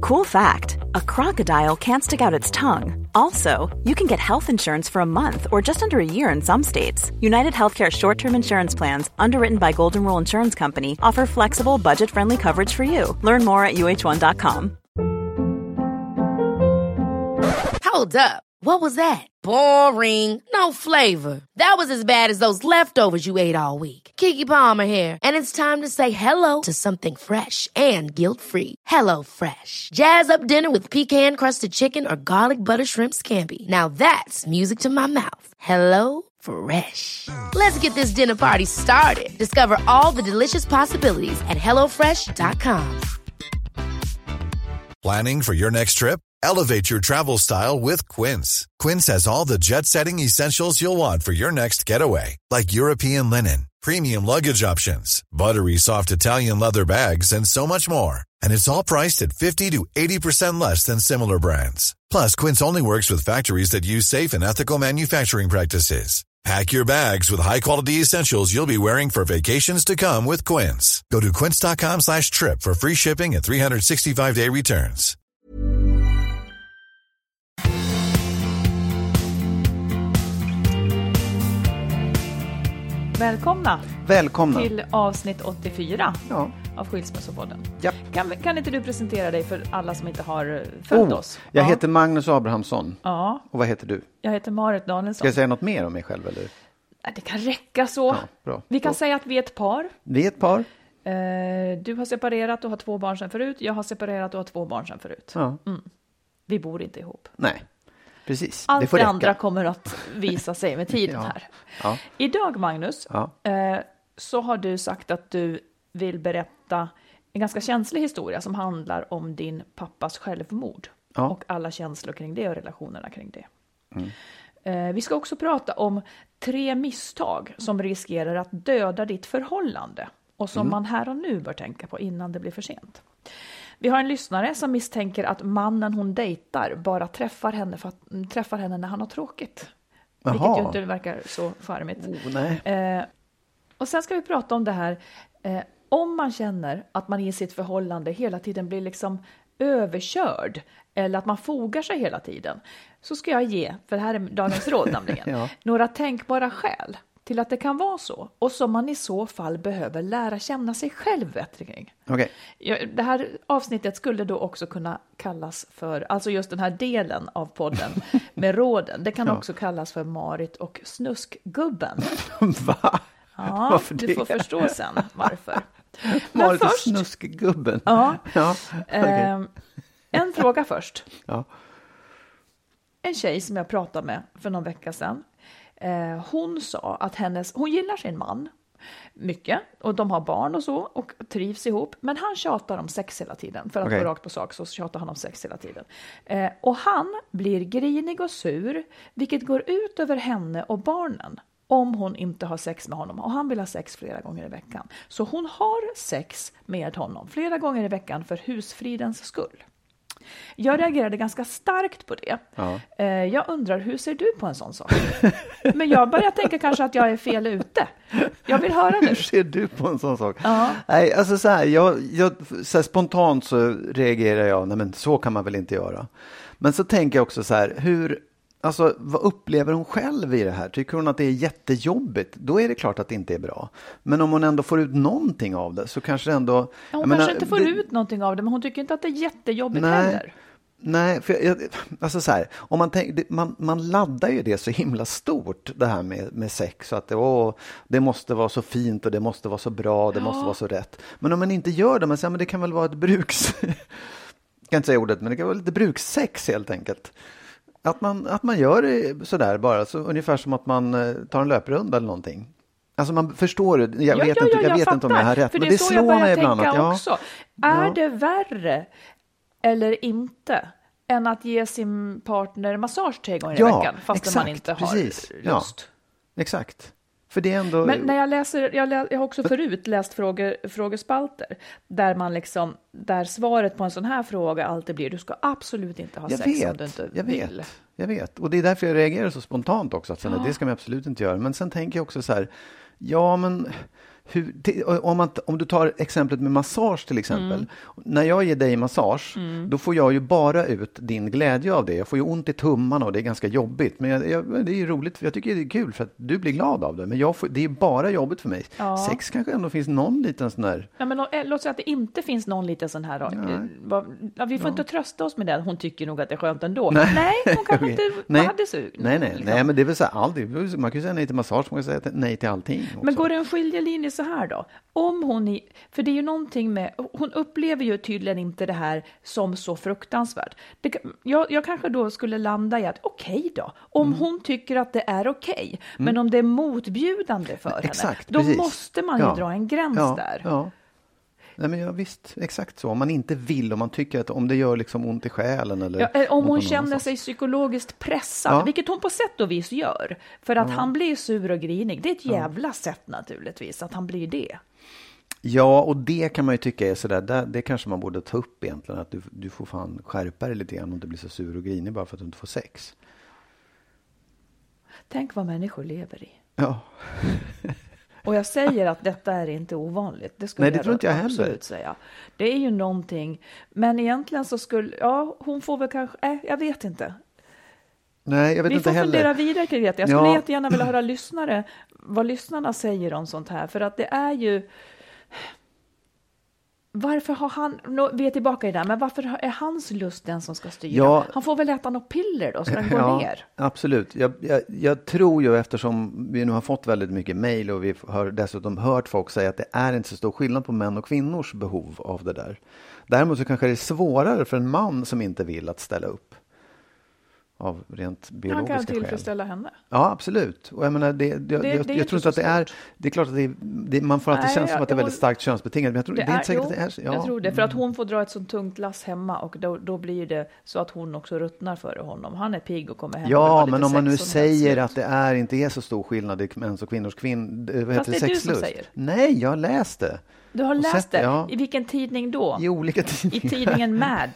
Cool fact, a crocodile can't stick out its tongue. Also, you can get health insurance for a month or just under a year in some states. United Healthcare short-term insurance plans, underwritten by Golden Rule Insurance Company, offer flexible, budget-friendly coverage for you. Learn more at uh1.com. Hold up. What was that? Boring. No flavor. That was as bad as those leftovers you ate all week. Keke Palmer here. And it's time to say hello to something fresh and guilt-free. Hello Fresh. Jazz up dinner with pecan-crusted chicken or garlic butter shrimp scampi. Now that's music to my mouth. Hello Fresh. Let's get this dinner party started. Discover all the delicious possibilities at hellofresh.com. Planning for your next trip? Elevate your travel style with Quince. Quince has all the jet-setting essentials you'll want for your next getaway, like European linen, premium luggage options, buttery soft Italian leather bags, and so much more. And it's all priced at 50 to 80% less than similar brands. Plus, Quince only works with factories that use safe and ethical manufacturing practices. Pack your bags with high-quality essentials you'll be wearing for vacations to come with Quince. Go to quince.com/trip for free shipping and 365-day returns. Välkomna till avsnitt 84 av Skilsmässopodden. Ja. Kan inte du presentera dig för alla som inte har följt oss? Jag heter Magnus Abrahamsson. Ja. Och vad heter du? Jag heter Marit Danielsson. Ska jag säga något mer om mig själv? Eller? Det kan räcka så. Ja, bra. Vi kan säga att vi är ett par. Vi är ett par. Du har separerat och har 2 barn sedan förut. Jag har separerat och har 2 barn sedan förut. Ja. Vi bor inte ihop. Nej, precis. Allt det andra kommer att visa sig med tiden här. Ja. Idag, Magnus, så har du sagt att du vill berätta en ganska känslig historia som handlar om din pappas självmord. Ja. Och alla känslor kring det och relationerna kring det. Vi ska också prata om 3 misstag som riskerar att döda ditt förhållande. Och som man här och nu bör tänka på innan det blir för sent. Vi har en lyssnare som misstänker att mannen hon dejtar bara träffar henne när han har tråkigt. Jaha. Vilket ju inte verkar så charmigt. Och sen ska vi prata om det här. Om man känner att man i sitt förhållande hela tiden blir liksom överkörd. Eller att man fogar sig hela tiden. Så ska jag ge, för det här är dagens råd nämligen. Några tänkbara skäl till att det kan vara så. Och som man i så fall behöver lära känna sig själv bättre kring. Okay. Det här avsnittet skulle då också kunna kallas för, alltså just den här delen av podden med råden. Det kan också kallas för Marit och Snuskgubben. Va? Ja, varför du det? får förstå sen varför. Marit och Snuskgubben? Ja. Okay. En fråga först. Ja. En tjej som jag pratade med för någon vecka sedan. Hon sa att hon gillar sin man mycket och de har barn och så och trivs ihop, men han tjatar om sex hela tiden. För att gå rakt på sak så tjatar han om sex hela tiden. Och han blir grinig och sur, vilket går ut över henne och barnen om hon inte har sex med honom. Och han vill ha sex flera gånger i veckan. Så hon har sex med honom flera gånger i veckan för husfridens skull. Jag reagerade ganska starkt på det. Ja. Jag undrar, hur ser du på en sån sak? Men jag börjar tänka kanske att jag är fel ute. Jag vill höra nu. Hur ser du på en sån sak? Ja. Nej, alltså så här, så här, spontant så reagerar jag, nej men så kan man väl inte göra. Men så tänker jag också så här, vad upplever hon själv i det här? Tycker hon att det är jättejobbigt? Då är det klart att det inte är bra. Men om hon ändå får ut någonting av det så kanske det ändå... Hon kanske inte får ut någonting av det, men hon tycker inte att det är jättejobbigt heller. Nej, för alltså så här, om man laddar ju det så himla stort, det här med sex, så att det måste vara så fint och det måste vara så bra, det måste vara så rätt. Men om man inte gör det, men det kan väl vara ett jag kan inte säga ordet, men det kan vara lite brukssex helt enkelt. Att man gör det sådär bara, så ungefär som att man tar en löprunda eller någonting. Alltså man förstår det. Jag vet inte om jag har rätt, för men det slår mig ibland att är det värre eller inte än att ge sin partner massage 3 gånger i veckan fast man inte har lust? Ja, exakt. För det är ändå... Men när jag har också förut läst frågespalter där svaret på en sån här fråga alltid blir: du ska absolut inte ha sex om du inte vill. jag vet. Och det är därför jag reagerar så spontant också. Att det ska man absolut inte göra. Men sen tänker jag också så här, ja men... Om du tar exemplet med massage till exempel. När jag ger dig massage, då får jag ju bara ut din glädje av det. Jag får ju ont i tummarna och det är ganska jobbigt. Men det är ju roligt, för jag tycker det är kul för att du blir glad av det. Men det är bara jobbigt för mig. Ja. Sex kanske ändå finns någon liten sån där... Ja, men låt säga att det inte finns någon liten sån här då. Ja, vi får inte trösta oss med det. Hon tycker nog att det är skönt ändå. Nej, hon kanske inte hade sug. Nej, men det är väl så här, aldrig. Man kan ju säga nej till massage, man kan säga nej till allting också. Men går det en skiljelinje så här då? Om för det är ju någonting med, hon upplever ju tydligen inte det här som så fruktansvärt. Jag kanske då skulle landa i att okej då, om hon tycker att det är okej, men om det är motbjudande för henne, då måste man ju dra en gräns där. Ja. Nej, men visst, exakt så. Om man inte vill, om man tycker att om det gör liksom ont i själen eller... om hon känner sig psykologiskt pressad, vilket hon på sätt och vis gör, för att han blir sur och grinig. Det är ett jävla sätt naturligtvis, att han blir det. Ja, och det kan man ju tycka är sådär, det kanske man borde ta upp egentligen, att du får fan skärpa dig lite grann och inte bli så sur och grinig bara för att du inte får sex. Tänk vad människor lever i. Ja. Och jag säger att detta är inte ovanligt. Det skulle tror inte jag absolut heller säga. Det är ju någonting. Men egentligen så skulle... Ja, hon får väl kanske... jag vet inte. Nej, jag vet inte heller. Vi får fundera vidare kring det. Jag skulle jättegärna vilja höra vad lyssnarna säger om sånt här. För att det är ju... Varför har han... Vi är tillbaka i det där. Men varför är hans lust den som ska styra? Ja, han får väl äta något piller då, så den går ner. Absolut. Jag tror ju, eftersom vi nu har fått väldigt mycket mejl och vi har dessutom hört folk säga att det är inte så stor skillnad på män och kvinnors behov av det där. Däremot så kanske det är svårare för en man som inte vill att ställa upp. Av rent biologiska skäl. Han kan tillfredsställa henne. Ja, absolut. Och jag menar, jag tror inte att det är... Det är klart att man får alltid känna som att det är väldigt starkt könsbetingat. Men jag tror det är inte säkert att det är så. Ja. Jag tror det. För att hon får dra ett så tungt lass hemma. Och då blir det så att hon också ruttnar före honom. Han är pigg och kommer hem. Ja, men om man nu säger att det inte är så stor skillnad i mäns och kvinnors Fast det är du som säger. Nej, jag läste. Du har läst det? Ja. I vilken tidning då? I olika tidningar. I tidningen Mad.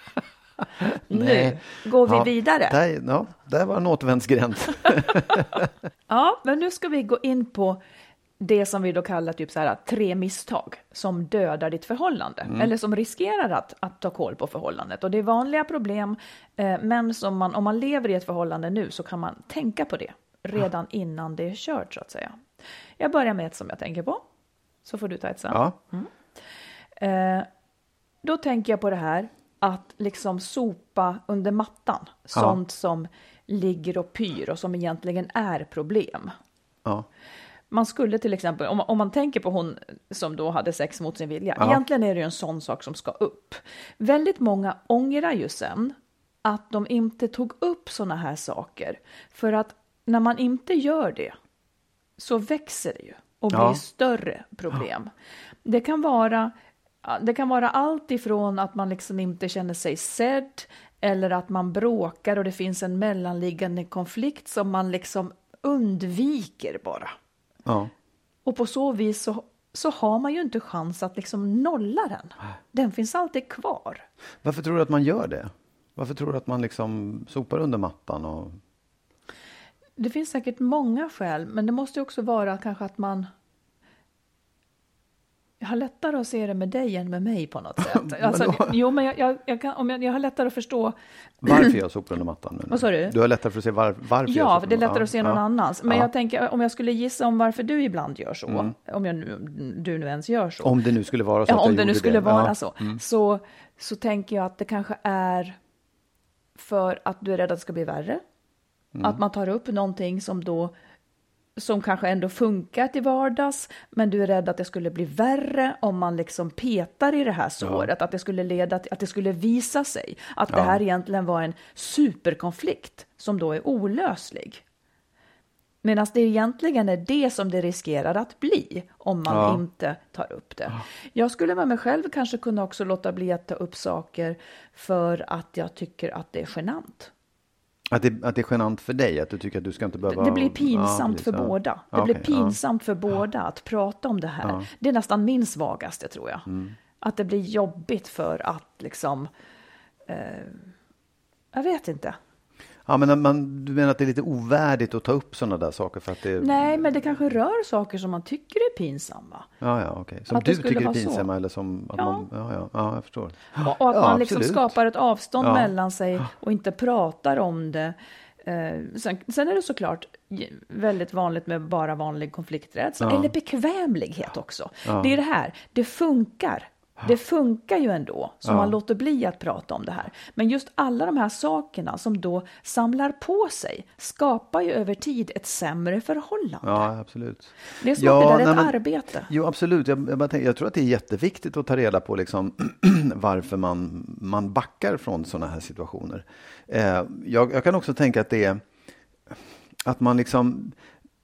Nu går vi vidare. Där var en återvändsgränd. Ja, men nu ska vi gå in på det som vi då kallar typ så här 3 misstag som dödar ditt förhållande. Eller som riskerar att ta koll på förhållandet. Och det är vanliga problem, men som om man lever i ett förhållande nu så kan man tänka på det redan innan det är kört så att säga. Jag börjar med ett som jag tänker på. Så får du ta ett sen. Ja. Då tänker jag på det här. Att liksom sopa under mattan. Sånt som ligger och pyr och som egentligen är problem. Ja. Man skulle till exempel, om man tänker på hon som då hade sex mot sin vilja. Ja. Egentligen är det ju en sån sak som ska upp. Väldigt många ångrar ju sen att de inte tog upp såna här saker. För att när man inte gör det så växer det ju. Och blir större problem. Det kan vara allt ifrån att man liksom inte känner sig sedd eller att man bråkar och det finns en mellanliggande konflikt som man liksom undviker bara. Ja. Och på så vis så har man ju inte chans att liksom nolla den. Den finns alltid kvar. Varför tror du att man gör det? Varför tror du att man liksom sopar under mattan? Det finns säkert många skäl, men det måste också vara kanske att man... Jag har lättare att se det med dig än med mig på något sätt. Alltså, men jag har lättare att förstå... Varför jag sopar under mattan? Vad sa du? Du har lättare för att se varför jag sopar. Det är lättare att se någon annans. Men jag tänker, om jag skulle gissa om varför du ibland gör så. Om du nu ens gör så. Om det nu skulle vara så. Om det nu skulle vara så. Så tänker jag att det kanske är för att du är rädd att det ska bli värre. Att man tar upp någonting som kanske ändå funkar till vardags, men du är rädd att det skulle bli värre om man liksom petar i det här såret, att det skulle leda till, att det skulle visa sig att det här egentligen var en superkonflikt som då är olöslig. Medan det egentligen är det som det riskerar att bli om man inte tar upp det. Jag skulle med mig själv kanske kunna också låta bli att ta upp saker för att jag tycker att det är genant. Att det är genant för dig, att du tycker att du ska inte behöva... Det blir pinsamt för båda. Det blir pinsamt för båda att prata om det här. Ja. Det är nästan min svagaste, tror jag. Att det blir jobbigt för att liksom... jag vet inte. Ja, men du menar att det är lite ovärdigt att ta upp sådana där saker för att det... Nej, men det kanske rör saker som man tycker är pinsamma. Ja, okej. Som att du tycker är pinsamma eller som... Att ja. Ja, jag förstår. Och att man liksom absolut. skapar ett avstånd mellan sig och inte pratar om det. Sen är det såklart väldigt vanligt med bara vanlig konflikträdsla eller bekvämlighet också. Det är det här, det funkar. Det funkar ju ändå, så man låter bli att prata om det här. Men just alla de här sakerna som då samlar på sig skapar ju över tid ett sämre förhållande. Ja, absolut. Det är som att det är ett arbete. Jo, absolut. Jag tror att det är jätteviktigt att ta reda på liksom, varför man backar från sådana här situationer. Jag kan också tänka att det är att man liksom...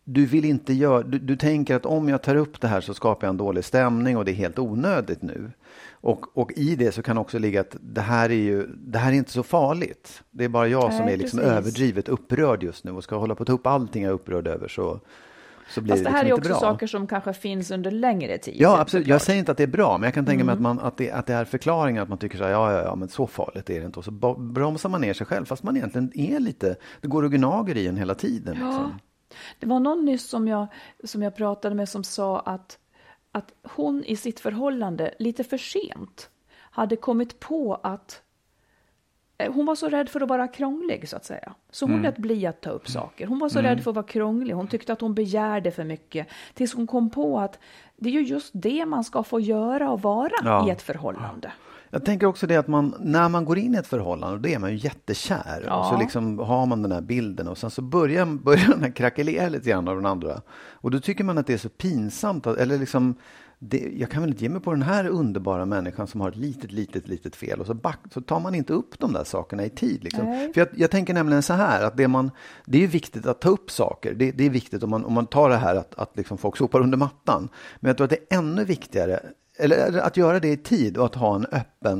Du tänker att om jag tar upp det här så skapar jag en dålig stämning och det är helt onödigt nu. Och i det så kan också ligga att det här är inte så farligt. Det är bara jag som är liksom överdrivet upprörd just nu och ska hålla på att ta upp allting jag är upprörd över så blir fast det här är liksom också inte bra. saker som kanske finns under längre tid. Ja, absolut. Jag säger inte att det är bra, men jag kan tänka mig att det är förklaringar att man tycker så här, ja, men så farligt är det inte. Och så bromsar man ner sig själv fast man egentligen är lite, det går och gnager i en hela tiden. Liksom. Det var någon nyss som jag pratade med som sa att hon i sitt förhållande lite för sent hade kommit på att hon var så rädd för att vara krånglig så att säga. Så hon lät bli att ta upp saker. Hon var så rädd för att vara krånglig. Hon tyckte att hon begärde för mycket. Tills hon kom på att det är ju just det man ska få göra och vara i ett förhållande. Jag tänker också det att när man går in i ett förhållande, då är man ju jättekär. Och så liksom har man den här bilden och sen så börjar den här krackelera lite grann av den andra. Och då tycker man att det är så pinsamt. Eller liksom, jag kan väl inte ge mig på den här underbara människan som har ett litet fel. Och så tar man inte upp de där sakerna i tid. Liksom. För jag tänker nämligen så här, att det är ju viktigt att ta upp saker. Det är viktigt om man tar det här att liksom folk sopar under mattan. Men jag tror att det är ännu viktigare eller att göra det i tid och att ha en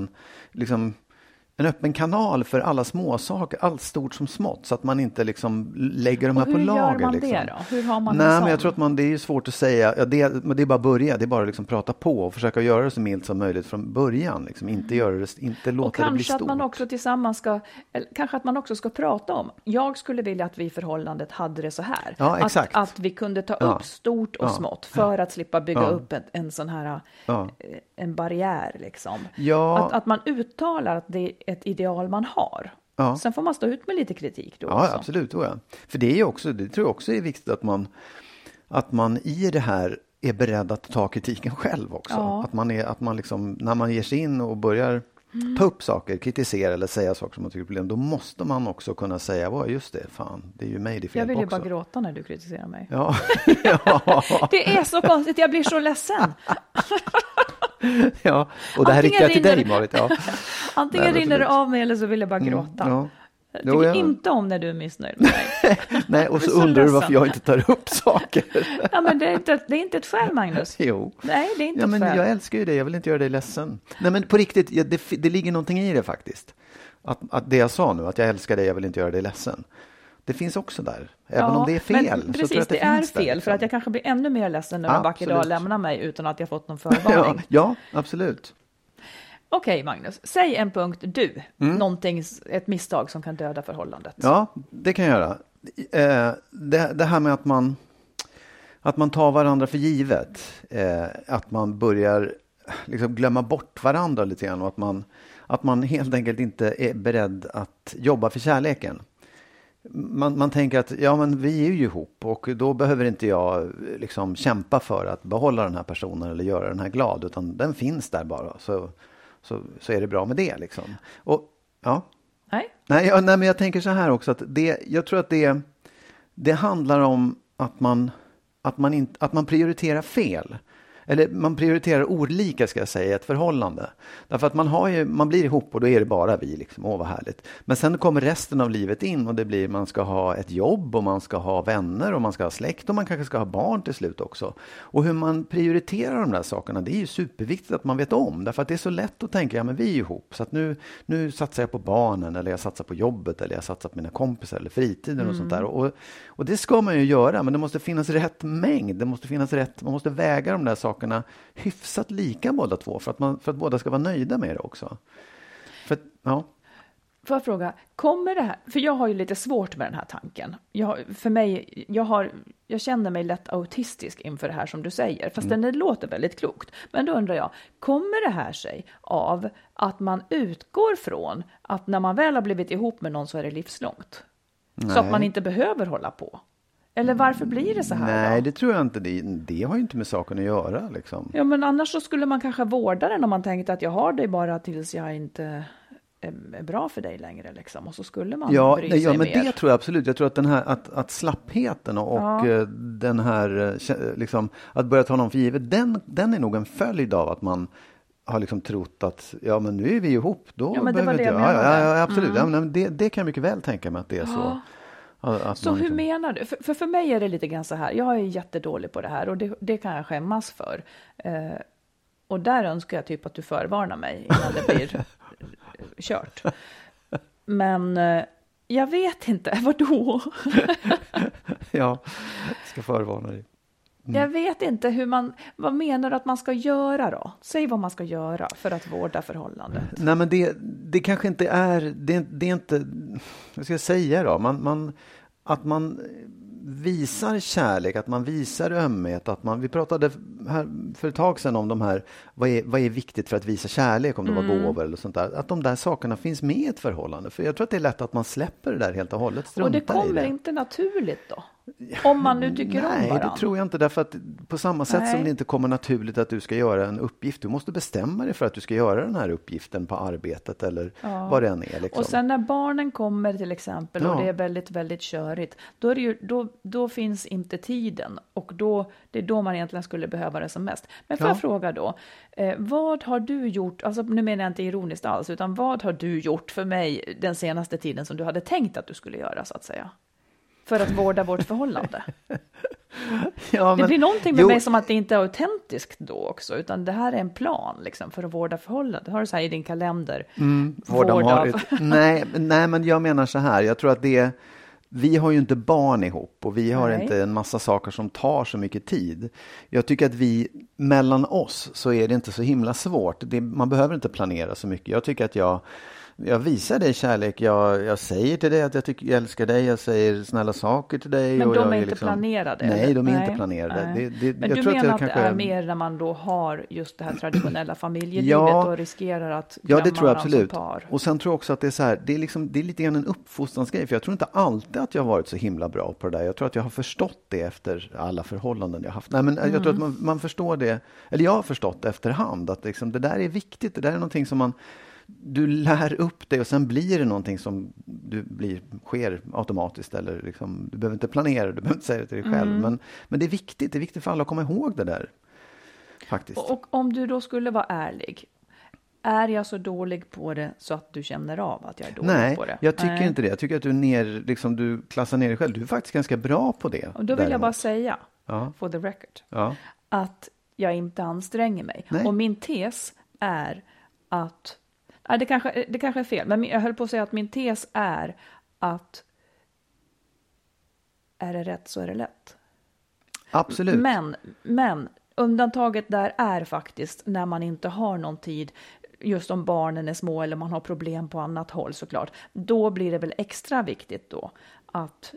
öppen kanal för alla små saker, allt stort som smått, så att man inte liksom lägger de här på lager. Hur gör man liksom. det då? Hur har man men jag tror att det är ju svårt att säga. Det är bara att börja, det är bara liksom prata på och försöka göra det så milt som möjligt från början. Liksom. Inte låta det bli stort. Och kanske att man också tillsammans ska prata om. Jag skulle vilja att vi i förhållandet hade det så här. Ja, exakt. Att vi kunde ta upp stort och smått för att slippa bygga upp en sån här en barriär liksom. Ja. Att man uttalar att det är ett ideal man har. Ja. Sen får man stå ut med lite kritik då också. Ja, absolut. För det tror jag också är viktigt att man i det här är beredd att ta kritiken själv också. Ja. Att man liksom, när man ger sig in och börjar ta upp saker, kritisera eller säga saker som man tycker är problem, då måste man också kunna säga, just det, fan, det är ju mig det fel på. Jag vill ju också. Bara gråta när du kritiserar mig. Ja. Det är så konstigt, jag blir så ledsen. Ja, och det här riktar jag till dig, Marit. Ja. Antingen rinner det av mig eller så vill jag bara gråta. Jag tycker inte om när du är missnöjd med mig. Nej, och så undrar du varför jag inte tar upp saker. Ja, men det är inte ett skäl, Magnus. Jo. Nej, det är inte ett men skäl. Jag älskar ju det, jag vill inte göra dig ledsen. Nej, men på riktigt, det ligger någonting i det faktiskt. Att det jag sa nu, att jag älskar dig, jag vill inte göra dig ledsen. Det finns också där. Även om det är fel. Men precis, så tror jag att det är finns fel. där, liksom. För att jag kanske blir ännu mer ledsen när en vacker dag lämnar mig utan att jag fått någon förvarning. Ja, absolut. Okej, Magnus. Säg en punkt ett misstag som kan döda förhållandet. Ja, det kan jag göra. Det här med att man tar varandra för givet. Att man börjar liksom glömma bort varandra lite grann. Och att man helt enkelt inte är beredd att jobba för kärleken. Man tänker att men vi är ju ihop och då behöver inte jag liksom kämpa för att behålla den här personen eller göra den här glad, utan den finns där bara, så är det bra med det liksom. Och Nej, men jag tänker så här också, att jag tror att det handlar om att man prioriterar fel. Eller man prioriterar olika, ska jag säga, i ett förhållande. Därför att man blir ihop och då är det bara vi liksom, vad härligt. Men sen kommer resten av livet in och det blir, man ska ha ett jobb och man ska ha vänner och man ska ha släkt och man kanske ska ha barn till slut också. Och hur man prioriterar de där sakerna, det är ju superviktigt att man vet om. Därför att det är så lätt att tänka, men vi är ihop så att nu satsar jag på barnen eller jag satsar på jobbet eller jag satsar på mina kompisar eller fritiden och sånt där. Och det ska man ju göra, men det måste finnas rätt mängd, det måste finnas man måste väga de där sakerna hyfsat lika båda två för att båda ska vara nöjda med det också. Får jag fråga, kommer det här, för jag har ju lite svårt med den här tanken. Jag känner mig lätt autistisk inför det här som du säger, fast det låter väldigt klokt. Men då undrar jag, kommer det här sig av att man utgår från att när man väl har blivit ihop med någon så är det livslångt? Nej. Så att man inte behöver hålla på? Eller varför blir det så här? Nej, då? det tror jag inte. Det har ju inte med saken att göra. Liksom. Ja, men annars så skulle man kanske vårda den om man tänkte att jag har dig bara tills jag inte är bra för dig längre. Liksom. Och så skulle man bry sig men mer. det tror jag absolut. Jag tror att den här att slappheten och den här liksom, att börja ta någon för givet, den är nog en följd av att man har liksom trott att men nu är vi ihop. Då men det var det jag menade. menade. Ja, absolut. Ja, men det kan jag mycket väl tänka mig att det är så. Så hur menar du? För mig är det lite grann så här. Jag är jättedålig på det här och det kan jag skämmas för. Och där önskar jag typ att du förvarnar mig innan det blir kört. Men jag vet inte. Vadå? Ja, jag ska förvarna dig. Jag vet inte vad menar du att man ska göra då? Säg vad man ska göra för att vårda förhållandet. Nej, men det kanske inte är, det är inte, vad ska jag säga då? Att man visar kärlek, att man visar ömhet, vi pratade här för ett tag sedan om de här, vad är viktigt för att visa kärlek, om det var gåvor eller sånt där, att de där sakerna finns med i ett förhållande. För jag tror att det är lätt att man släpper det där helt och hållet. Och det kommer inte naturligt då? Om man nu tycker om varandra. Nej, det tror jag inte. Därför att på samma sätt som det inte kommer naturligt att du ska göra en uppgift. Du måste bestämma dig för att du ska göra den här uppgiften på arbetet eller vad det än är. Liksom. Och sen när barnen kommer till exempel och det är väldigt, väldigt körigt. Då, är det ju, då finns inte tiden. Och det är då man egentligen skulle behöva det som mest. Men får jag fråga då. Vad har du gjort, alltså nu menar jag inte ironiskt alls. Utan vad har du gjort för mig den senaste tiden som du hade tänkt att du skulle göra så att säga? För att vårda vårt förhållande. Det blir någonting med mig som att det inte är autentiskt då också. Utan det här är en plan liksom, för att vårda förhållandet. Har du så här i din kalender? Nej, men jag menar så här. Jag tror att vi har ju inte barn ihop. Och vi har inte en massa saker som tar så mycket tid. Jag tycker att mellan oss så är det inte så himla svårt. Man behöver inte planera så mycket. Jag tycker att jag visar dig kärlek, jag säger till dig att jag älskar dig, jag säger snälla saker till dig. Men och de är inte inte planerade? Nej, de är inte planerade. Men du menar att det är mer när man då har just det här traditionella familjelivet och riskerar att glömma det tror jag absolut. Som par? Och sen tror jag också att det är så här, det är lite grann en uppfostransgrej, för jag tror inte alltid att jag har varit så himla bra på det där. Jag tror att jag har förstått det efter alla förhållanden jag har haft. Nej, men jag tror att man förstår det, eller jag har förstått efterhand att liksom, det där är viktigt, det där är någonting som du lär upp dig och sen blir det någonting som sker automatiskt eller liksom, du behöver inte planera, du behöver inte säga det till dig själv. Men det är viktigt för alla att komma ihåg det där faktiskt. Och om du då skulle vara ärlig, är jag så dålig på det så att du känner av att jag är dålig på det? Nej, jag tycker inte det. Jag tycker att du klassar ner dig själv. Du är faktiskt ganska bra på det. Och då vill jag bara säga, for the record, att jag inte anstränger mig. Nej. Och min tes är att det kanske är fel, men jag höll på att säga att min tes är att är det rätt så är det lätt. Absolut. Men undantaget där är faktiskt när man inte har någon tid, just om barnen är små eller man har problem på annat håll såklart. Då blir det väl extra viktigt då att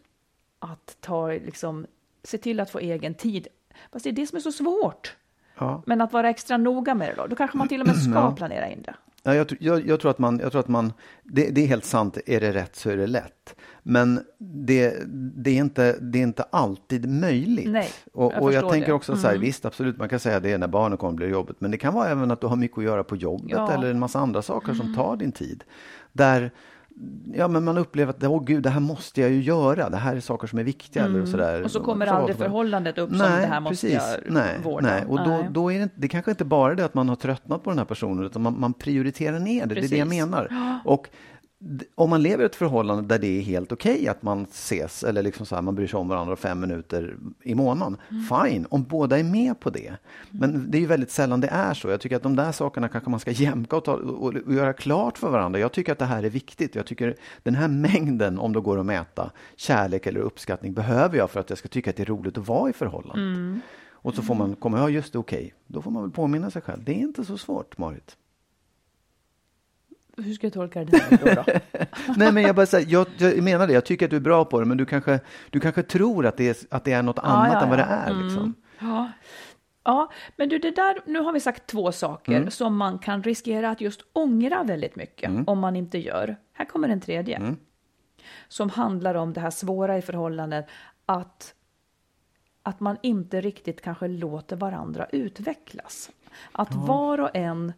se till att få egen tid. Fast det är det som är så svårt. Ja. Men att vara extra noga med det då kanske man till och med ska planera in det. Ja, jag tror att man det är helt sant, är det rätt så är det lätt. Men det är inte alltid möjligt. Nej, och jag tänker också så här, visst absolut man kan säga det när barnen kommer bli jobbet. Men det kan vara även att du har mycket att göra på jobbet eller en massa andra saker som tar din tid. Där men man upplever att det här måste jag ju göra. Det här är saker som är viktiga eller sådär. Och så kommer aldrig förhållandet upp som det här måste jag vårda. Nej, och då är det kanske inte bara det att man har tröttnat på den här personen, utan man prioriterar ner det. Precis. Det är det jag menar. Och om man lever i ett förhållande där det är helt okej att man ses eller liksom så här, man bryr sig om varandra 5 minuter i månaden, fine, om båda är med på det. Men det är ju väldigt sällan det är så. Jag tycker att de där sakerna kanske man ska jämka och göra klart för varandra. Jag tycker att det här är viktigt. Jag tycker den här mängden, om det går att mäta, kärlek eller uppskattning behöver jag för att jag ska tycka att det är roligt att vara i förhållandet. Och så får man komma, just det, okej. Då får man väl påminna sig själv. Det är inte så svårt, Marit. hur ska jag tolka det då? Nej, men jag bara säger, jag menar det. Jag tycker att du är bra på det, men du kanske tror att det är något annat än vad det är. Liksom. Ja, men du, det där, nu har vi sagt 2 saker som man kan riskera att just ångra väldigt mycket om man inte gör. Här kommer en tredje. Som handlar om det här svåra i förhållandet, att man inte riktigt kanske låter varandra utvecklas. Att var och en,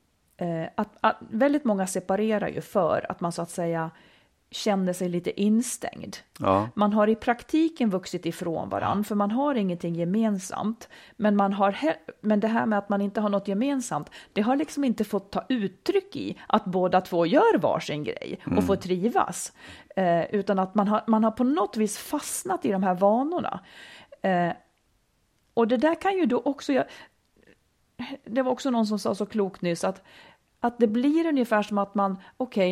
att väldigt många separerar ju för att man så att säga känner sig lite instängd. Ja. Man har i praktiken vuxit ifrån varandra för man har ingenting gemensamt. Men, men det här med att man inte har något gemensamt, det har liksom inte fått ta uttryck i att båda två gör varsin grej och får trivas. Utan att man har på något vis fastnat i de här vanorna. Och det där kan ju då också... Det var också någon som sa så klokt nyss att det blir ungefär som att man, okej,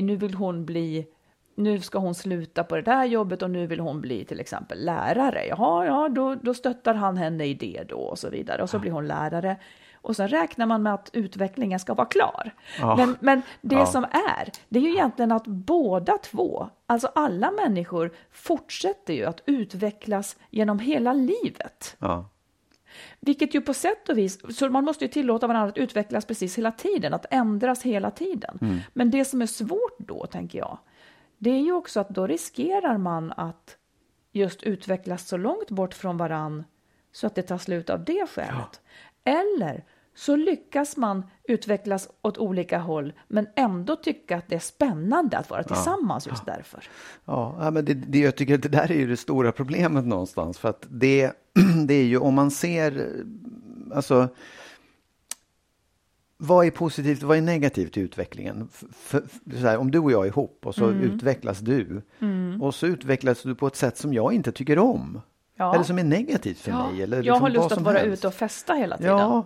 nu ska hon sluta på det där jobbet och nu vill hon bli till exempel lärare. Jaha, då stöttar han henne i det då och så vidare. Och så blir hon lärare. Och sen räknar man med att utvecklingen ska vara klar. Ja. Men det som det är ju egentligen att båda två, alltså alla människor, fortsätter ju att utvecklas genom hela livet. Ja. Vilket ju på sätt och vis, så man måste ju tillåta varandra att utvecklas precis hela tiden, att ändras hela tiden. Men det som är svårt då, tänker jag, det är ju också att då riskerar man att just utvecklas så långt bort från varann så att det tar slut av det skälet. Ja. Eller så lyckas man utvecklas åt olika håll men ändå tycka att det är spännande att vara tillsammans just därför. Ja, men jag tycker att det där är ju det stora problemet någonstans. För att det är ju, om man ser, alltså, vad är positivt och vad är negativt i utvecklingen? Så här, om du och jag är ihop och så utvecklas du och så utvecklas du på ett sätt som jag inte tycker om. Ja. Eller som är negativt för mig. Eller jag liksom har lust att vara helst. Ute och festa hela tiden. Ja,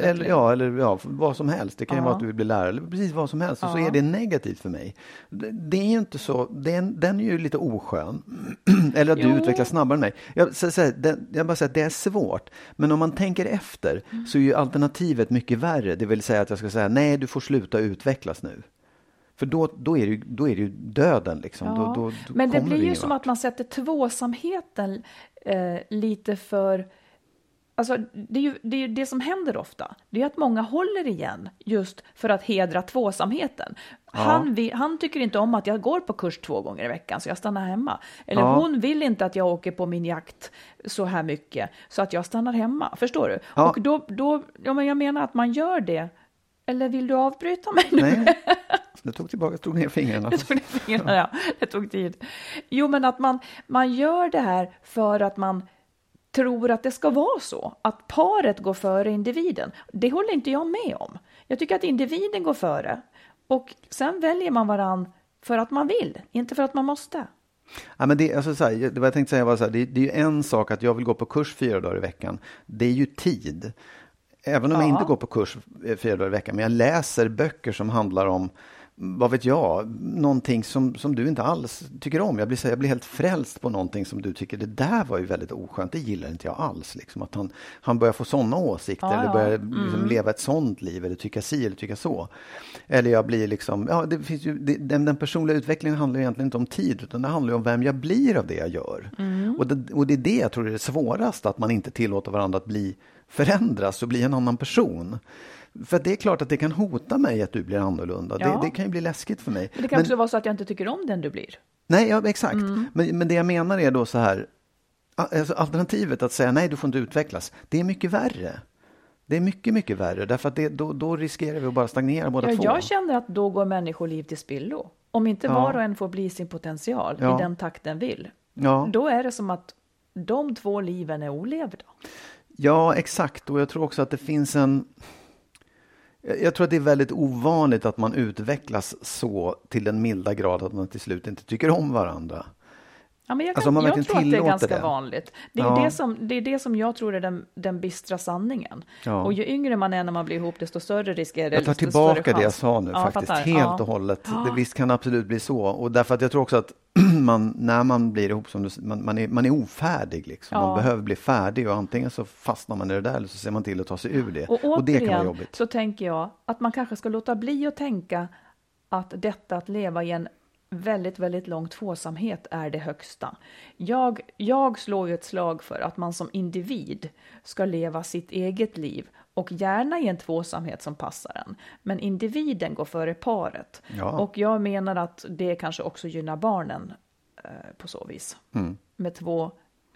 eller vad som helst. Det kan ju vara att du vill bli lärare eller precis vad som helst. Och så är det negativt för mig. Det är ju inte så, den är ju lite oskön. Eller att du utvecklas snabbare än mig. Jag bara säger att det är svårt. Men om man tänker efter så är ju alternativet mycket värre. Det vill säga att jag ska säga, nej, du får sluta utvecklas nu. För då är det ju döden liksom. Ja. Då men det blir ju som att man sätter tvåsamheten lite för... Alltså det är ju det som händer ofta. Det är att många håller igen just för att hedra tvåsamheten. Ja. Han tycker inte om att jag går på kurs 2 gånger i veckan så jag stannar hemma. Eller hon vill inte att jag åker på min jakt så här mycket så att jag stannar hemma. Förstår du? Ja. Och men jag menar att man gör det. Eller vill du avbryta mig nu? Nej. Jag tog ner fingrarna. Det tog tid. Jo, men att man gör det här för att man tror att det ska vara så. Att paret går före individen. Det håller inte jag med om. Jag tycker att individen går före. Och sen väljer man varann för att man vill. Inte för att man måste. Ja, men det vad jag tänkte säga var så här, det är ju en sak att jag vill gå på kurs 4 dagar i veckan. Det är ju tid. Även om jag inte går på kurs 4 dagar i veckan. Men jag läser böcker som handlar om, vad vet jag, någonting som du inte alls tycker om. Jag blir helt frälst på någonting som du tycker, det där var ju väldigt oskönt. Det gillar inte jag alls. Liksom. Att han börjar få sådana åsikter eller börjar liksom leva ett sånt liv eller tycka si eller tycka så. Eller jag blir liksom, det finns ju, den personliga utvecklingen handlar ju egentligen inte om tid utan det handlar ju om vem jag blir av det jag gör. Och det är det jag tror är det svåraste, att man inte tillåter varandra att förändras och bli en annan person. För det är klart att det kan hota mig att du blir annorlunda. Ja. Det kan ju bli läskigt för mig. Men det kan också vara så att jag inte tycker om den du blir. Nej, ja, exakt. Men det jag menar är då så här, alltså alternativet att säga nej, du får inte utvecklas, det är mycket värre. Det är mycket, mycket värre. Därför att då riskerar vi att bara stagnera båda två. Jag känner att då går människoliv till spillo. Om inte var och en får bli sin potential i den takt den vill. Ja. Då är det som att de 2 liven är olevda. Ja, exakt. Och jag tror också att det finns jag tror att det är väldigt ovanligt att man utvecklas så till den milda grad att man till slut inte tycker om varandra. Ja, men jag tror att det är ganska vanligt. Det är det som jag tror är den bistra sanningen. Ja. Och ju yngre man är när man blir ihop, desto större risk är det. Jag tar tillbaka det jag sa nu faktiskt. Helt och hållet. Ja. Det visst kan absolut bli så. Och därför att jag tror också att när man blir ihop, man är ofärdig. Liksom. Ja. Man behöver bli färdig och antingen så fastnar man i det där eller så ser man till att ta sig ur det. Och det kan vara jobbigt. Så tänker jag att man kanske ska låta bli att tänka att detta att leva i en väldigt, väldigt lång tvåsamhet är det högsta. Jag slår ju ett slag för att man som individ ska leva sitt eget liv och gärna i en tvåsamhet som passar en. Men individen går före paret. Ja. Och jag menar att det kanske också gynnar barnen på så vis. Med två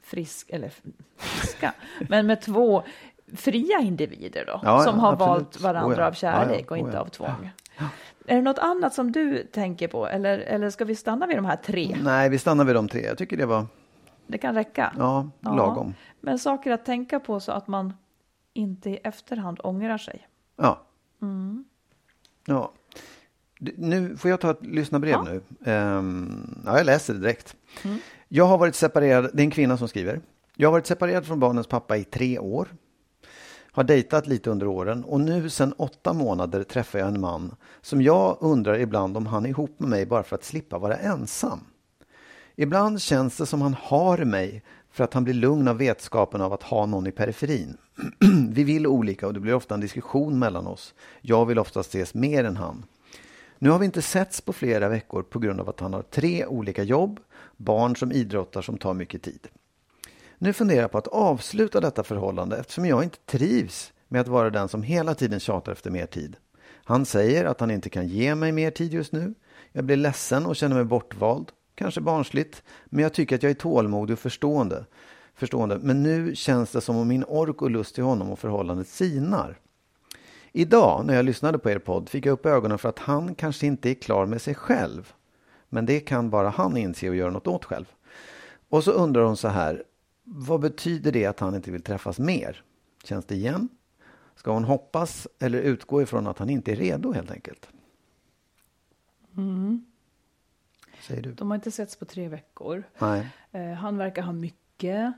men med två fria individer då, som har valt varandra av kärlek och inte av tvång. Ja. Är det något annat som du tänker på? Eller ska vi stanna vid de här 3? Nej, vi stannar vid de 3. Jag tycker det kan räcka. Ja, lagom. Men saker att tänka på så att man inte i efterhand ångrar sig. Ja. Ja. Nu får jag ta ett lyssnarbrev nu. Jag läser det direkt. Jag har varit separerad, det är en kvinna som skriver. Jag har varit separerad från barnens pappa i 3 år. Har dejtat lite under åren och nu sedan 8 månader träffar jag en man som jag undrar ibland om han är ihop med mig bara för att slippa vara ensam. Ibland känns det som han har mig för att han blir lugn av vetskapen av att ha någon i periferin. Vi vill olika och det blir ofta en diskussion mellan oss. Jag vill oftast ses mer än han. Nu har vi inte setts på flera veckor på grund av att han har 3 olika jobb, barn som idrottar som tar mycket tid. Nu funderar jag på att avsluta detta förhållande eftersom jag inte trivs med att vara den som hela tiden tjatar efter mer tid. Han säger att han inte kan ge mig mer tid just nu. Jag blir ledsen och känner mig bortvald. Kanske barnsligt, men jag tycker att jag är tålmodig och förstående. Men nu känns det som om min ork och lust till honom och förhållandet sinar. Idag när jag lyssnade på er podd fick jag upp ögonen för att han kanske inte är klar med sig själv. Men det kan bara han inse och göra något åt själv. Och så undrar hon så här, vad betyder det att han inte vill träffas mer? Känns det igen? Ska hon hoppas eller utgå ifrån att han inte är redo helt enkelt? Säger du? De har inte setts på 3 veckor. Nej. Han verkar ha mycket.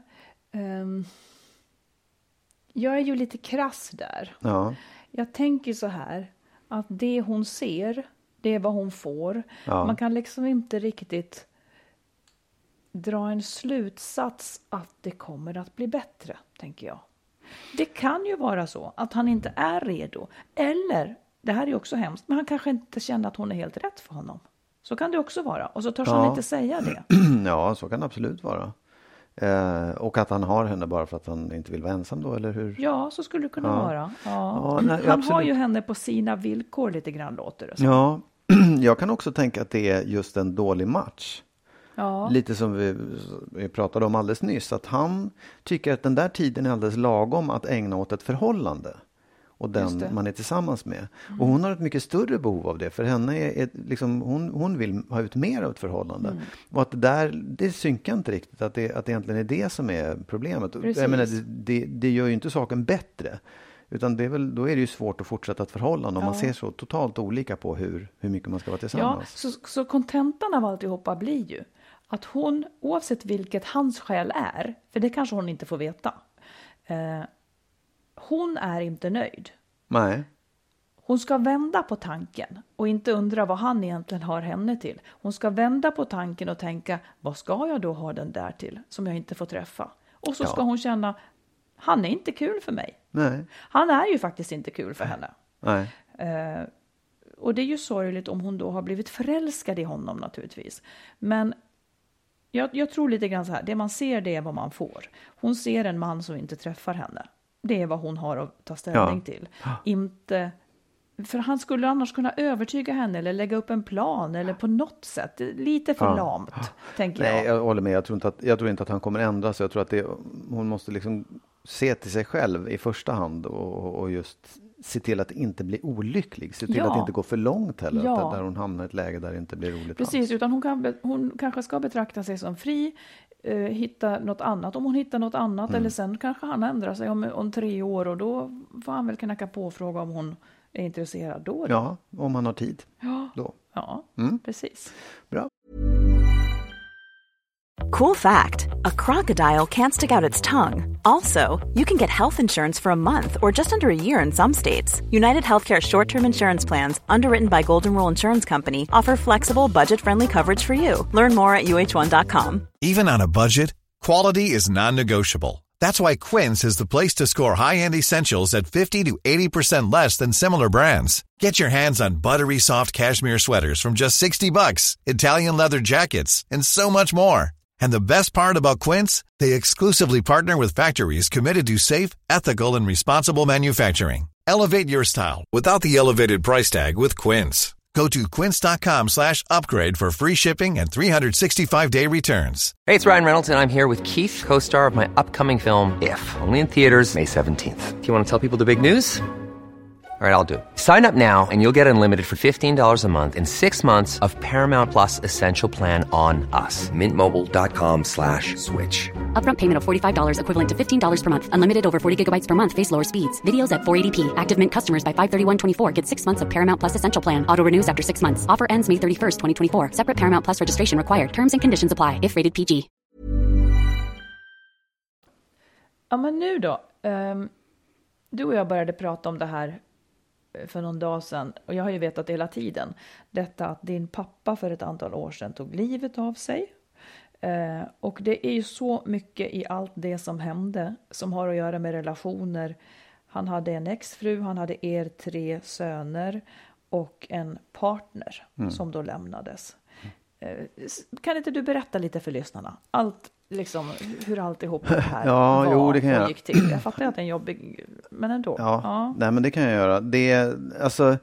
Jag är ju lite krass där. Ja. Jag tänker så här, att det hon ser, det är vad hon får. Ja. Man kan liksom inte riktigt dra en slutsats att det kommer att bli bättre, tänker jag. Det kan ju vara så att han inte är redo. Eller, det här är också hemskt, men han kanske inte känner att hon är helt rätt för honom. Så kan det också vara. Och så törs han inte säga det. Ja, så kan det absolut vara. Och att han har henne bara för att han inte vill vara ensam då, eller hur? Ja, så skulle det kunna vara. Ja. Nej, han har ju henne på sina villkor lite grann, låter det så. Ja, jag kan också tänka att det är just en dålig match. Ja. Lite som vi pratade om alldeles nyss. Att han tycker att den där tiden är alldeles lagom att ägna åt ett förhållande. Och den man är tillsammans med. Och hon har ett mycket större behov av det. För henne är liksom, hon vill ha ut mer av ett förhållande. Och att det synkar inte riktigt. Att det egentligen är det som är problemet. Jag menar, det gör ju inte saken bättre. Utan då är det ju svårt att fortsätta ett förhållande. Om man ser så totalt olika på hur mycket man ska vara tillsammans. Ja, så kontentan av alltihopa blir ju att hon, oavsett vilket hans skäl är, för det kanske hon inte får veta, hon är inte nöjd. Nej. Hon ska vända på tanken och inte undra vad han egentligen har henne till. Hon ska vända på tanken och tänka, vad ska jag då ha den där till som jag inte får träffa? Och så ska hon känna, han är inte kul för mig. Nej. Han är ju faktiskt inte kul för henne. Nej. Och det är ju sorgligt om hon då har blivit förälskad i honom naturligtvis. Men jag tror lite grann så här, det man ser det är vad man får. Hon ser en man som inte träffar henne. Det är vad hon har att ta ställning till. Inte, för han skulle annars kunna övertyga henne eller lägga upp en plan eller på något sätt. Lite för lamt, tänker jag. Nej, jag håller med. Jag tror inte att han kommer ändra sig. Jag tror att hon måste liksom se till sig själv i första hand och just se till att inte bli olycklig. Se till att inte gå för långt heller. Där hon hamnar i ett läge där det inte blir roligt. Precis, alls. Utan hon kanske ska betrakta sig som fri. Hitta något annat. Om hon hittar något annat. Eller sen kanske han ändrar sig om 3 år. Och då får han väl knacka på och fråga om hon är intresserad då. Ja, om han har tid. Ja, då. Ja, precis. Bra. Cool fact, a crocodile can't stick out its tongue. Also, you can get health insurance for a month or just under a year in some states. United Healthcare short-term insurance plans, underwritten by Golden Rule Insurance Company, offer flexible, budget-friendly coverage for you. Learn more at uh1.com. Even on a budget, quality is non-negotiable. That's why Quince is the place to score high-end essentials at 50 to 80% less than similar brands. Get your hands on buttery soft cashmere sweaters from just $60, Italian leather jackets, and so much more. And the best part about Quince, they exclusively partner with factories committed to safe, ethical, and responsible manufacturing. Elevate your style without the elevated price tag with Quince. Go to quince.com/upgrade for free shipping and 365-day returns. Hey, it's Ryan Reynolds, and I'm here with Keith, co-star of my upcoming film, If, only in theaters May 17th. Do you want to tell people the big news? All right, I'll do it. Sign up now and you'll get unlimited for $15 a month and 6 months of Paramount Plus Essential Plan on us. Mintmobile.com/switch. Upfront payment of $45 equivalent to $15 per month. Unlimited over 40 gigabytes per month. Face lower speeds. Videos at 480p. Active Mint customers by 531.24 get 6 months of Paramount Plus Essential Plan. Auto renews after 6 months. Offer ends May 31st, 2024. Separate Paramount Plus registration required. Terms and conditions apply if rated PG. Ja, men nu då. Du och jag började prata om det här för någon dag sedan. Och jag har ju vetat hela tiden. Detta att din pappa för ett antal år sedan tog livet av sig. Och det är ju så mycket i allt det som hände som har att göra med relationer. Han hade en exfru, han hade 3 söner och en partner som då lämnades. Kan inte du berätta lite för lyssnarna? Allt, liksom, hur alltihop det här det kan jag. Gick till. Jag fattar att det är en jobbig, men ändå. Ja. Nej, men det kan jag göra. Alltså,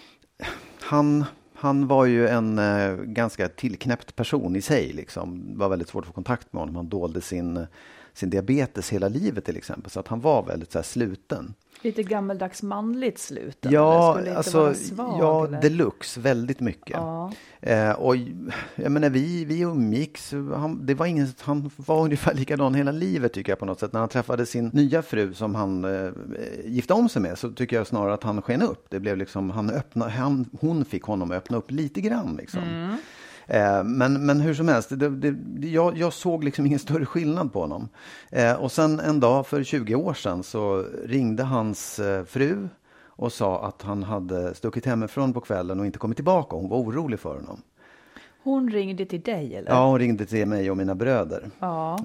han var ju en ganska tillknäppt person i sig. Liksom. Det var väldigt svårt att få kontakt med honom. Han dolde sin diabetes hela livet till exempel. Så att han var väldigt så här sluten. Lite gammeldags manligt sluten? Ja, eller? alltså, vara svag, ja, eller? Deluxe, väldigt mycket. Ja. Och jag menar, vi umgicks, han var ungefär likadan hela livet tycker jag på något sätt. När han träffade sin nya fru som han gifte om sig med, så tycker jag snarare att han sken upp. Det blev liksom, hon fick honom att öppna upp lite grann liksom. Men hur som helst, jag såg liksom ingen större skillnad på honom. Och sen en dag för 20 år sedan så ringde hans fru och sa att han hade stuckit hemifrån på kvällen och inte kommit tillbaka. Hon var orolig för honom. Hon ringde till dig, eller? Ja, hon ringde till mig och mina bröder. Ja.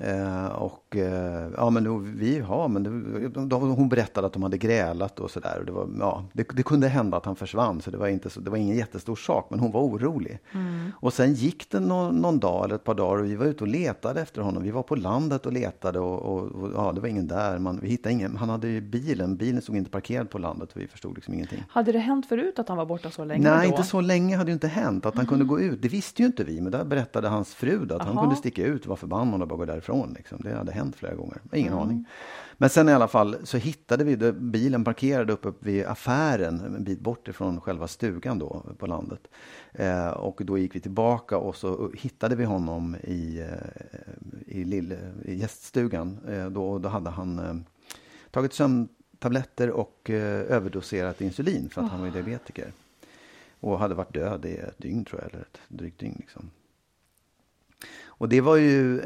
Hon berättade att de hade grälat och sådär. Det kunde hända att han försvann, så det var ingen jättestor sak, men hon var orolig. Och sen gick det någon dag eller ett par dagar och vi var ute och letade efter honom. Vi var på landet och letade och det var ingen där. Vi hittade ingen. Han hade ju bilen stod inte parkerad på landet och vi förstod liksom ingenting. Hade det hänt förut att han var borta så länge? Nej, då? inte så länge hade ju inte hänt att han kunde gå ut. Det visste ju inte vi, men där berättade hans fru att han kunde sticka ut, var förbannad och bara gå därifrån. Liksom. Det hade hänt flera gånger. Ingen aning. Men sen i alla fall så hittade vi bilen parkerad uppe vid affären en bit bort ifrån själva stugan då på landet. Och då gick vi tillbaka och så hittade vi honom i gäststugan. Då hade han tagit sömntabletter och överdoserat insulin för att han var diabetiker. Och hade varit död i ett dygn tror jag, eller ett drygt dygn liksom. Och det var ju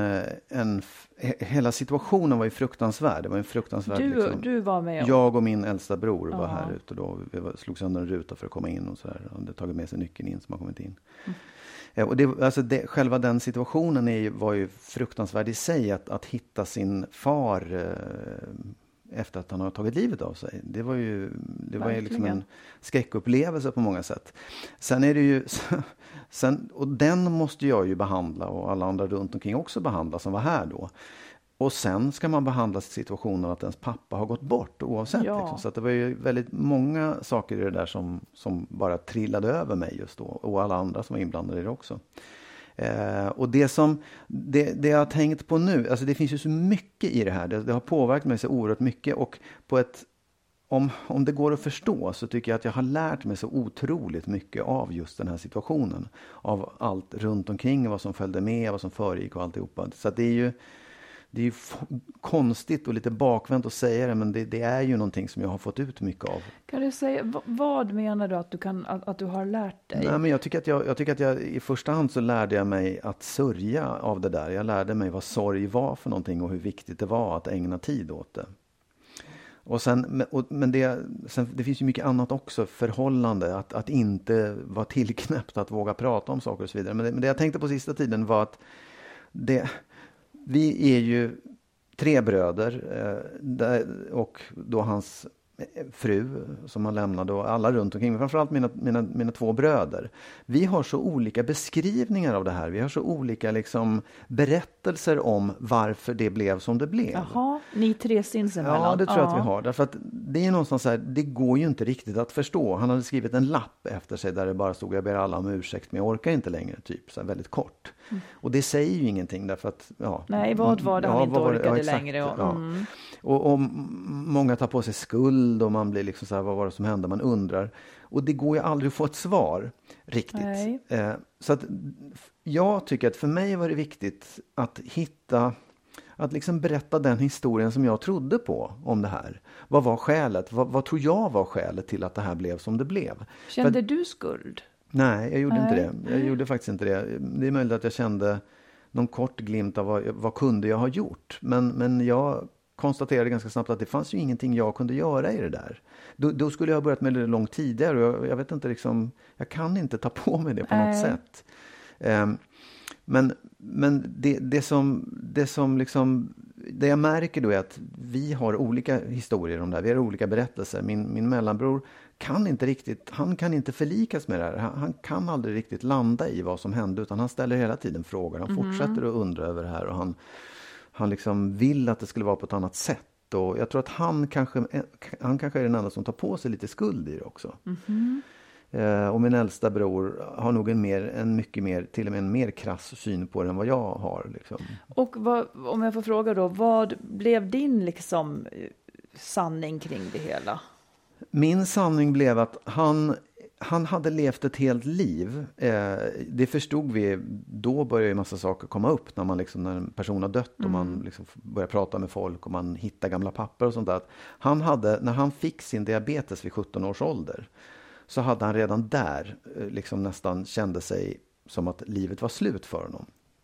hela situationen var ju fruktansvärd. Det var en fruktansvärd Du var med? Jag och min äldsta bror var här ute då. Vi slog sönder en ruta för att komma in och så här. Han hade tagit med sig nyckeln in som har kommit in. Och själva den situationen var ju fruktansvärd i sig, att hitta sin far efter att han har tagit livet av sig. Det var ju liksom en skräckupplevelse på många sätt. Sen är det ju och den måste jag ju behandla och alla andra runt omkring också behandla som var här då. Och sen ska man behandla situationen att ens pappa har gått bort oavsett. Ja. Liksom. Så att det var ju väldigt många saker i det där som bara trillade över mig just då. Och alla andra som var inblandade i det också. Och det jag har tänkt på nu, alltså det finns ju så mycket i det här. Det har påverkat mig så oerhört mycket. Och på om det går att förstå så tycker jag att jag har lärt mig så otroligt mycket av just den här situationen. Av allt runt omkring, vad som följde med, vad som föregick och alltihopa. Så att det är ju konstigt och lite bakvänt att säga det, men det är ju någonting som jag har fått ut mycket av. Kan du säga, vad menar du att du har lärt dig? Nej, men jag tycker att jag i första hand så lärde jag mig att sörja av det där. Jag lärde mig vad sorg var för någonting och hur viktigt det var att ägna tid åt det. Och men det finns ju mycket annat också, förhållande, att inte vara tillknäppt, att våga prata om saker och så vidare. Men det jag tänkte på sista tiden var att vi är ju 3 bröder och då hans fru som han lämnade och alla runt omkring, men framförallt mina 2 bröder. Vi har så olika beskrivningar av det här. Vi har så olika liksom berättelser om varför det blev som det blev. Jaha, ni 3 sinsemellan. Ja, det tror jag att vi har. Därför att det är någonstans så här, det går ju inte riktigt att förstå. Han hade skrivit en lapp efter sig där det bara stod jag ber alla om ursäkt men jag orkar inte längre, typ så här väldigt kort. Och det säger ju ingenting därför att nej, vad var det han inte orkade längre? Och många tar på sig skuld och man blir liksom så här, vad var det som hände? Man undrar. Och det går ju aldrig att få ett svar riktigt. Så att jag tycker att för mig var det viktigt att att liksom berätta den historien som jag trodde på om det här. Vad var skälet? Vad tror jag var skälet till att det här blev som det blev? Kände du skuld? Nej, jag gjorde inte det. Jag gjorde faktiskt inte det. Det är möjligt att jag kände någon kort glimt av vad kunde jag ha gjort. Men jag konstaterade ganska snabbt att det fanns ju ingenting jag kunde göra i det där. Då skulle jag ha börjat med det långt tidigare och jag vet inte liksom, jag kan inte ta på mig det på något sätt. Men det jag märker då är att vi har olika historier om det här. Vi har olika berättelser. Min mellanbror han kan inte förlikas med det här. Han kan aldrig riktigt landa i vad som hände utan han ställer hela tiden frågor. Han fortsätter att undra över det här och han liksom vill att det skulle vara på ett annat sätt. Och jag tror att han kanske är den enda som tar på sig lite skuld i det också. Och min äldsta bror har nog en mycket mer, till och med en mer krass syn på det än vad jag har. Liksom. Och om jag får fråga då, vad blev din liksom sanning kring det hela? Min sanning blev att han hade levt ett helt liv. Det förstod vi. Då började ju en massa saker komma upp när en person har dött och man liksom börjar prata med folk och man hittar gamla papper och sånt där. När han fick sin diabetes vid 17 års ålder så hade han redan där liksom nästan kände sig som att livet var slut för honom.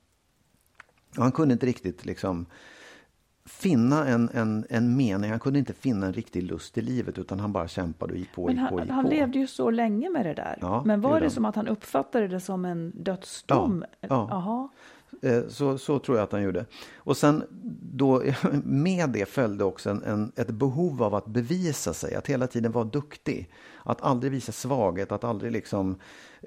Och han kunde inte riktigt liksom finna en mening. Han kunde inte finna en riktig lust i livet utan han bara kämpade och gick på. Han levde ju så länge med det där. Ja, men var det som att han uppfattade det som en dödsdom? Ja. Så tror jag att han gjorde. Och sen då med det följde också ett behov av att bevisa sig, att hela tiden vara duktig, att aldrig visa svaghet, att aldrig liksom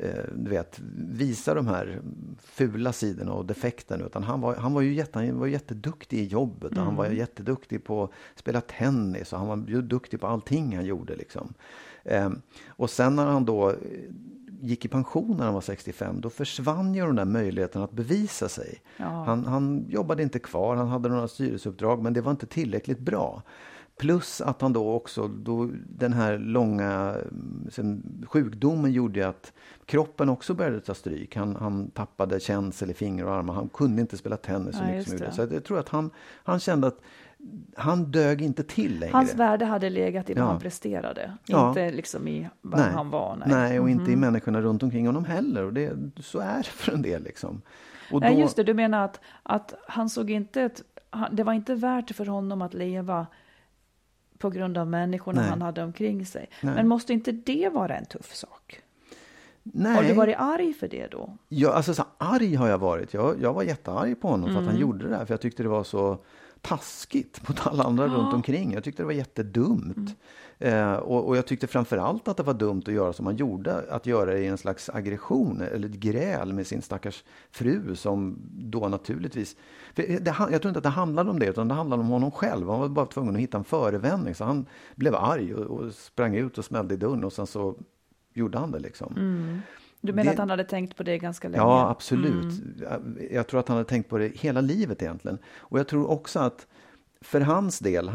visa de här fula sidorna och defekterna, utan han var ju jätteduktig i jobbet, han var jätteduktig på att spela tennis och han var ju duktig på allting han gjorde liksom. Och sen när han då gick i pension när han var 65, då försvann ju den där möjligheten att bevisa sig. Ja. Han jobbade inte kvar, han hade några styrelseuppdrag, men det var inte tillräckligt bra. Plus att han då också, den här långa sjukdomen gjorde att kroppen också började ta stryk. Han tappade känsel i fingrar och armar, han kunde inte spela tennis så mycket som gjorde. Så jag tror att han kände att han dög inte till längre. Hans värde hade legat i vad han presterade. Inte liksom i vad han var. Nej, och inte i människorna runt omkring honom heller. Och så är det för en del liksom. Och då, just det, du menar att han såg inte det var inte värt för honom att leva på grund av människorna han hade omkring sig. Nej. Men måste inte det vara en tuff sak? Nej. Har du varit arg för det då? Ja, alltså så arg har jag varit. Jag var jättearg på honom för att han gjorde det där. För jag tyckte det var så taskigt mot alla andra runt omkring. Jag tyckte det var jättedumt. Och jag tyckte framförallt att det var dumt att göra som han gjorde. Att göra det i en slags aggression eller ett gräl med sin stackars fru som då naturligtvis... jag tror inte att det handlade om det, utan det handlade om honom själv. Han var bara tvungen att hitta en förevändning. Så han blev arg och sprang ut och smällde i dörren och sen så gjorde han det liksom. Du menar att han hade tänkt på det ganska länge? Ja, absolut. Jag tror att han hade tänkt på det hela livet egentligen. Och jag tror också att för hans del,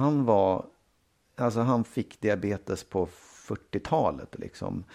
han fick diabetes på 40-talet liksom.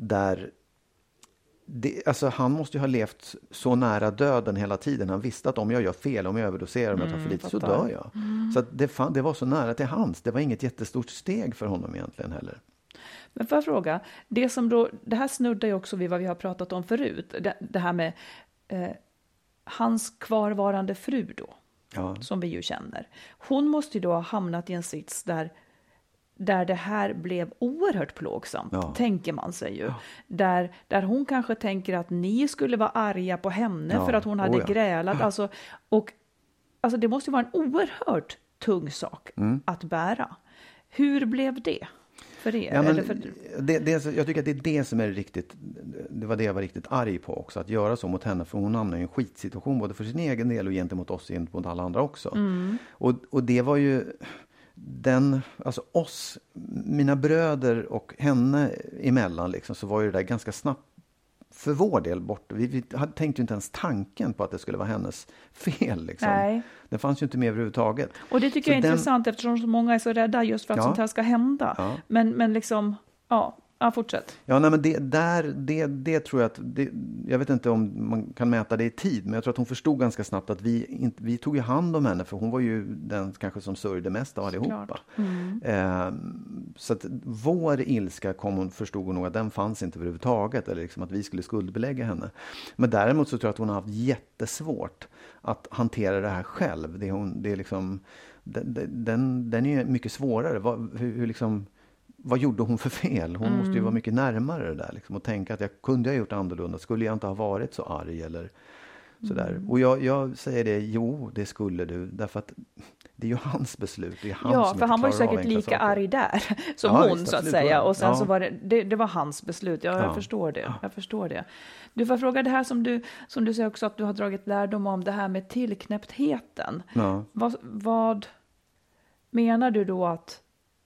Han måste ju ha levt så nära döden hela tiden. Han visste att om jag gör fel, om jag överdoserar, om jag tar för lite så dör jag. Så att det var så nära till hans. Det var inget jättestort steg för honom egentligen heller. Men får jag fråga, det här snuddar ju också vid vad vi har pratat om förut. Det här med hans kvarvarande fru då, som vi ju känner. Hon måste ju då ha hamnat i en sits där det här blev oerhört plågsamt, tänker man sig ju. Där hon kanske tänker att ni skulle vara arga på henne för att hon hade grälat. Alltså det måste ju vara en oerhört tung sak att bära. Hur blev det för er? Ja, men jag tycker att det är det som är riktigt, det var det jag var riktigt arg på också, att göra så mot henne, för hon hamnade i en skitsituation både för sin egen del och gentemot oss, gentemot alla andra också. Och det var ju alltså oss, mina bröder och henne emellan liksom, så var ju det där ganska snabbt för vår del bort. Vi tänkte ju inte ens tanken på att det skulle vara hennes fel. Liksom. Nej. Det fanns ju inte med överhuvudtaget. Och det tycker jag är intressant eftersom så många är så rädda just för att sånt här ska hända. Ja. Men liksom, fortsätt. Ja, nej, men det tror jag att, jag vet inte om man kan mäta det i tid, men jag tror att hon förstod ganska snabbt att vi tog ju hand om henne, för hon var ju den kanske som sörjde mest av allihopa. Så att vår ilska förstod hon nog att den fanns inte överhuvudtaget, eller liksom att vi skulle skuldbelägga henne. Men däremot så tror jag att hon har haft jättesvårt att hantera det här själv. Det är liksom, den är ju mycket svårare. Vad gjorde hon för fel? Hon måste ju vara mycket närmare det där. Liksom, och tänka att jag kunde ha gjort annorlunda. Skulle jag inte ha varit så arg eller sådär. Och jag säger det skulle du. Därför att det är ju hans beslut. Det är han för han var ju säkert lika arg där som hon, visst, så att säga. Och sen så var det var hans beslut. Jag förstår det. Jag förstår det. Du får fråga det här som du säger också, att du har dragit lärdom om det här med tillknäpptheten. Ja. Vad menar du då att...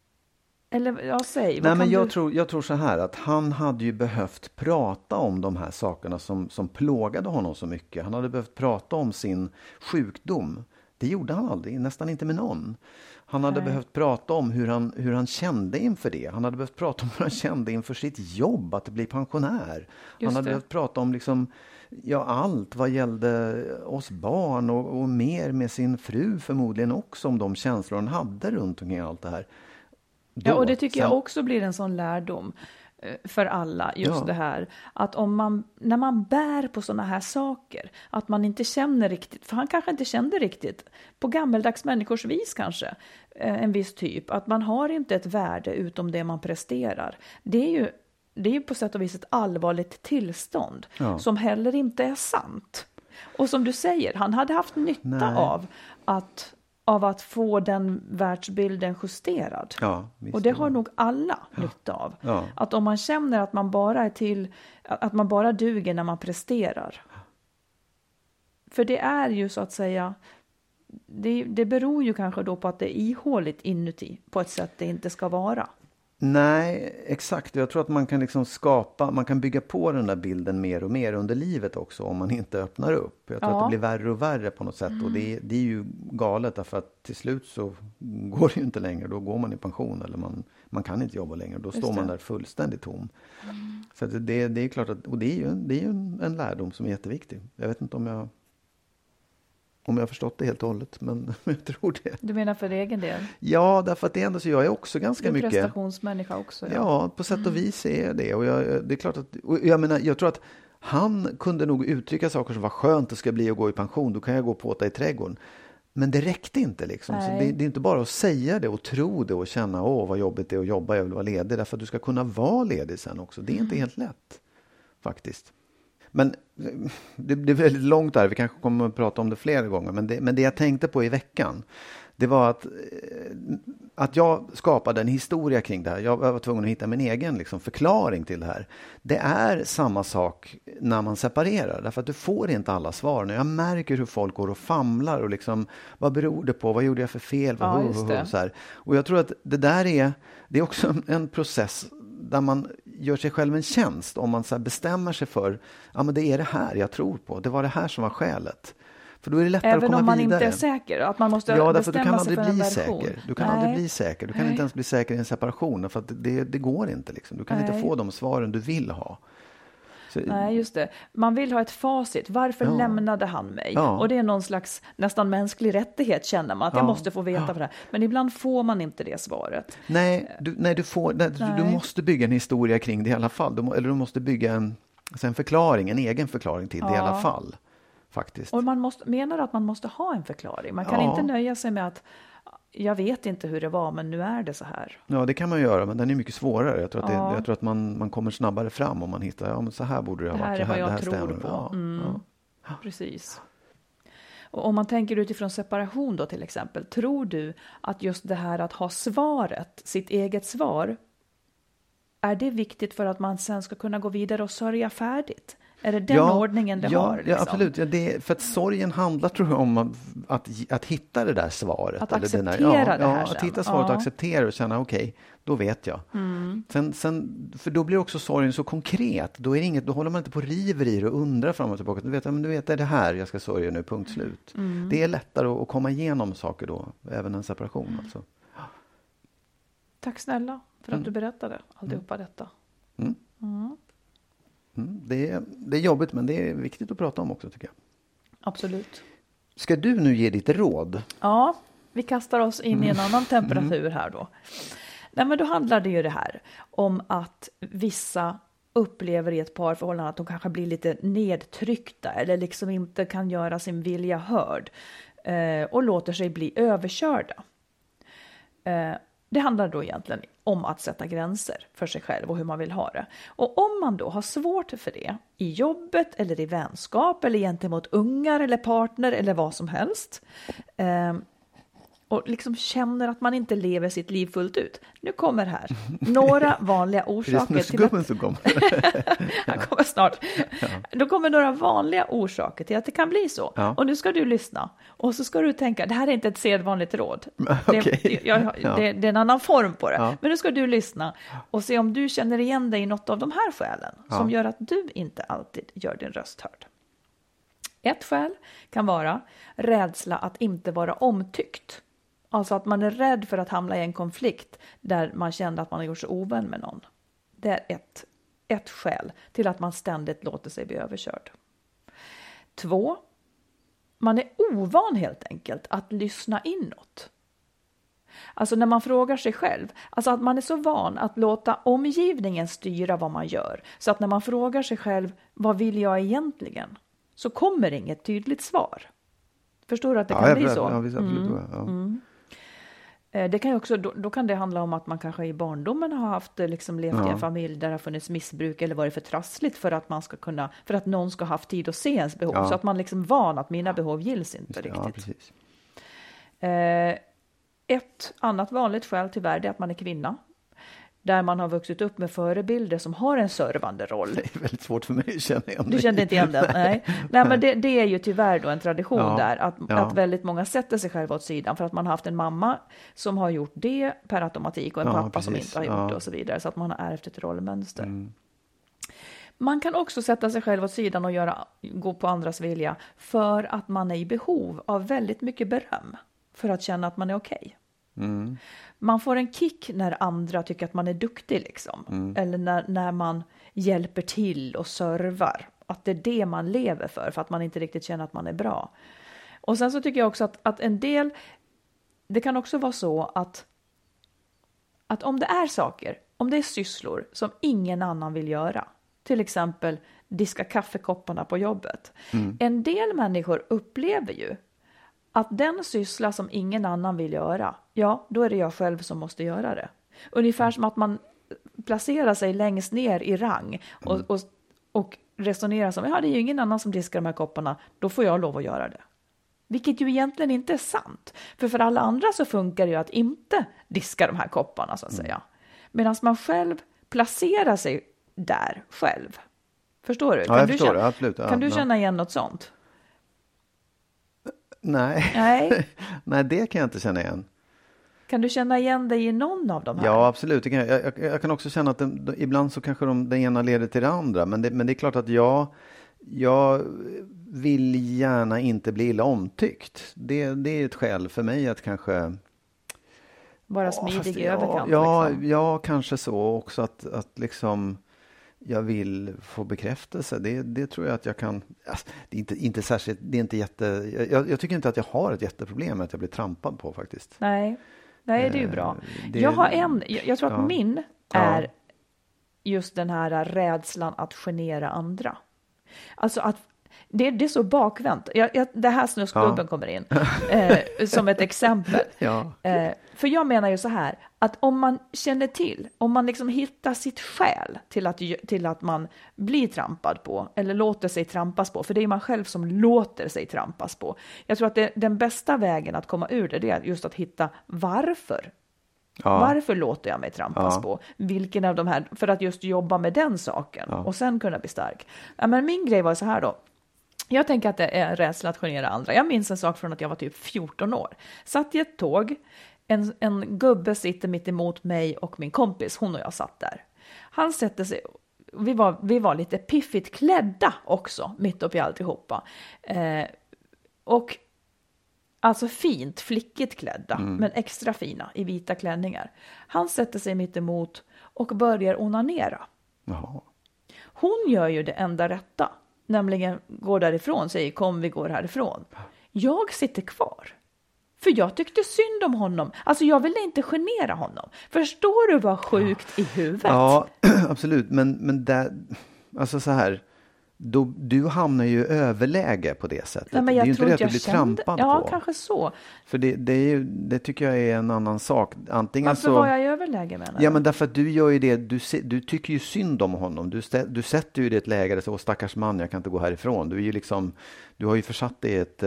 Eller säg. Nej, men jag tror så här, att han hade ju behövt prata om de här sakerna som plågade honom så mycket. Han hade behövt prata om sin sjukdom. Det gjorde han aldrig, nästan inte med någon. Han hade behövt prata om hur han kände inför det. Han hade behövt prata om hur han kände inför sitt jobb, att bli pensionär. Han hade behövt prata om liksom, allt vad gällde oss barn och mer med sin fru förmodligen också, om de känslor han hade runt omkring allt det här. Och det tycker jag också blir en sån lärdom för alla, just det här. Att när man bär på såna här saker, att man inte känner riktigt, för han kanske inte kände riktigt, på gammeldags människors vis kanske, en viss typ, att man har inte ett värde utom det man presterar. Det är ju på sätt och vis ett allvarligt tillstånd som heller inte är sant. Och som du säger, han hade haft nytta av att få den världsbilden justerad. Och det har nog alla nytta av. Att om man känner att man bara att man bara duger när man presterar. För det är ju så att säga, det beror ju kanske då på att det är ihåligt inuti på ett sätt det inte ska vara. Nej, exakt. Jag tror att man kan liksom man kan bygga på den där bilden mer och mer under livet också, om man inte öppnar upp. Jag tror att det blir värre och värre på något sätt. Och det är ju galet, därför att till slut så går det ju inte längre. Då går man i pension, eller man kan inte jobba längre. Då står man där fullständigt tom. Så att det är klart att, och det är ju en lärdom som är jätteviktig. Jag vet inte om jag har förstått det helt och hållet, men jag tror det. Du menar för egen del? Ja, därför att det är ändå så, jag är också ganska mycket... Du är prestationsmänniska också. Ja, på sätt och vis är jag det. Och det är klart att... Och jag tror att han kunde nog uttrycka saker som var skönt det ska bli att gå i pension. Då kan jag gå på i trädgården. Men det räckte inte liksom. Så det är inte bara att säga det och tro det och känna vad jobbigt det är att jobba, jag vill vara ledig. Därför att du ska kunna vara ledig sen också. Det är inte helt lätt, faktiskt. Men det är väldigt långt där. Vi kanske kommer att prata om det flera gånger. Men det jag tänkte på i veckan, det var att jag skapade en historia kring det här. Jag var tvungen att hitta min egen liksom, förklaring till det här. Det är samma sak när man separerar. Därför att du får inte alla svar. När jag märker hur folk går och famlar och liksom, vad beror det på? Vad gjorde jag för fel? Så här. Och jag tror att det är också en process där man gör sig själv en tjänst om man så här bestämmer sig för men det är det här jag tror på. Det var det här som var skälet. För då är det lättare att komma vidare. Även om man inte är säker? Att man måste bestämma sig för en version? Du kan aldrig bli säker. Du kan inte ens bli säker i en separation. För att det går inte. Liksom. Du kan inte få de svaren du vill ha. Nej, just det. Man vill ha ett facit. Varför lämnade han mig? Och det är någon slags nästan mänsklig rättighet, känner man. Att jag måste få veta för det här. Men ibland får man inte det svaret. Du måste bygga en historia kring det i alla fall. Du måste bygga en egen förklaring till det i alla fall. Faktiskt. Och menar att man måste ha en förklaring. Man kan inte nöja sig med att jag vet inte hur det var, men nu är det så här. Ja, det kan man göra, men den är mycket svårare. Jag tror att man kommer snabbare fram om man hittar, men så här borde det ha varit. Det här är vad jag tror på. Precis. Och om man tänker utifrån separation då till exempel, tror du att just det här att ha svaret, sitt eget svar, är det viktigt för att man sen ska kunna gå vidare och sörja färdigt? Är det den ordningen det har? Liksom? Ja, absolut. Ja, för att sorgen handlar, tror jag, om att hitta det där svaret. Att acceptera det här sen. Att hitta svaret och acceptera och känna, okej, då vet jag. Sen, för då blir också sorgen så konkret. Då håller man inte på och river i det och undrar fram och tillbaka. Du vet, är det här jag ska sörja nu, punkt slut. Det är lättare att komma igenom saker då, även en separation. Alltså. Tack snälla för att du berättade alltihopa detta. Det är jobbigt, men det är viktigt att prata om också, tycker jag. Absolut. Ska du nu ge ditt råd? Ja, vi kastar oss in i en annan temperatur här då. Nej, men då handlar det ju det här om att vissa upplever i ett parförhållande att de kanske blir lite nedtryckta eller liksom inte kan göra sin vilja hörd och låter sig bli överkörda. Det handlar då egentligen om att sätta gränser för sig själv och hur man vill ha det. Och om man då har svårt för det i jobbet eller i vänskap eller gentemot ungar eller partner eller vad som helst, och liksom känner att man inte lever sitt liv fullt ut. Nu kommer här några vanliga orsaker till att... som kommer. Han kommer snart. Ja. Då kommer några vanliga orsaker till att det kan bli så. Ja. Och nu ska du lyssna. Och så ska du tänka, det här är inte ett sedvanligt råd. Det är en annan form på det. Ja. Men nu ska du lyssna och se om du känner igen dig i något av de här skälen som gör att du inte alltid gör din röst hörd. Ett skäl kan vara rädsla att inte vara omtyckt. Alltså att man är rädd för att hamna i en konflikt där man känner att man har gjort sig ovän med någon. Det är ett skäl till att man ständigt låter sig bli överkörd. 2. Man är ovan helt enkelt att lyssna inåt. Alltså när man frågar sig själv, alltså att man är så van att låta omgivningen styra vad man gör. Så att när man frågar sig själv, vad vill jag egentligen? Så kommer inget tydligt svar. Förstår du att det kan bli så? Ja, absolut. Det kan ju också, då kan det handla om att man kanske i barndomen har haft liksom levt i en familj där det har funnits missbruk eller varit för trassligt för att man ska kunna, för att någon ska ha haft tid att se ens behov. Så att man liksom van att mina behov gills inte riktigt. Ja, precis. Ett annat vanligt skäl tyvärr är att man är kvinna. Där man har vuxit upp med förebilder som har en servande roll. Det är väldigt svårt för mig att känna igen. Du kände inte igen den? Nej, men det är ju tyvärr då en tradition där. Att väldigt många sätter sig själva åt sidan. För att man har haft en mamma som har gjort det per automatik. Och en pappa som inte har gjort det och så vidare. Så att man har ärvt ett rollmönster. Man kan också sätta sig själv åt sidan och gå på andras vilja. För att man är i behov av väldigt mycket beröm. För att känna att man är okej. Man får en kick när andra tycker att man är duktig liksom. Eller när man hjälper till och servar. Att det är det man lever för att man inte riktigt känner att man är bra. Och sen så tycker jag också att en del, det kan också vara så att om det är saker, om det är sysslor som ingen annan vill göra. Till exempel diska kaffekopparna på jobbet. En del människor upplever ju att den syssla som ingen annan vill göra, då är det jag själv som måste göra det. Ungefär som att man placerar sig längst ner i rang och resonerar som, det är ju ingen annan som diskar de här kopparna, då får jag lov att göra det. Vilket ju egentligen inte är sant. För alla andra så funkar det ju att inte diska de här kopparna så att säga. Medan man själv placerar sig där själv. Förstår du? Ja, jag förstår det, absolut. Kan du känna igen något sånt? Nej, det kan jag inte känna igen. Kan du känna igen dig i någon av de här? Ja, absolut. Det kan jag kan också känna att ibland så kanske den ena leder till det andra. Men det är klart att jag vill gärna inte bli illa omtyckt. Det är ett skäl för mig att kanske... Vara smidig i överkant. Ja, kanske så också att liksom... Jag vill få bekräftelse. Det tror jag att jag kan. Alltså, det är inte särskilt. Det är inte jag tycker inte att jag har ett jätteproblem med att jag blir trampad på faktiskt. Nej, det är ju bra. Jag tror att min är just den här rädslan att genera andra. Alltså att Det är så bakvänt. Det här snuskgubben kommer in som ett exempel. Ja. För jag menar ju så här, att om man känner till, om man liksom hittar sitt skäl till att man blir trampad på, eller låter sig trampas på, för det är man själv som låter sig trampas på. Jag tror att den bästa vägen att komma ur det är just att hitta varför. Ja. Varför låter jag mig trampas på? Vilken av de här, för att just jobba med den saken och sen kunna bli stark. Ja, men min grej var så här då. Jag tänker att det är rädsla att genera andra. Jag minns en sak från att jag var typ 14 år. Satt i ett tåg. En gubbe sitter mitt emot mig och min kompis. Hon och jag satt där. Han sätter sig. Vi var lite piffigt klädda också. Mitt uppe i alltihopa. Och alltså fint, flickigt klädda. Men extra fina i vita klänningar. Han sätter sig mitt emot och börjar onanera. Jaha. Hon gör ju det enda rätta. Nämligen går därifrån, säger kom vi går härifrån. Jag sitter kvar. För jag tyckte synd om honom. Alltså jag ville inte genera honom. Förstår du vad sjukt i huvudet? Ja, absolut. Men där, alltså så här, du hamnar ju i överläge på det sättet. Nej, men det är jag ju inte det att du blir trampad på. Ja, kanske så. För det tycker jag är en annan sak. Antingen varför så, var jag i överläge menar du? Ja, men därför att du gör ju det, du tycker ju synd om honom. Du sätter ju det i ett läge där så, stackars man, jag kan inte gå härifrån. Du är ju liksom, du har ju försatt dig i ett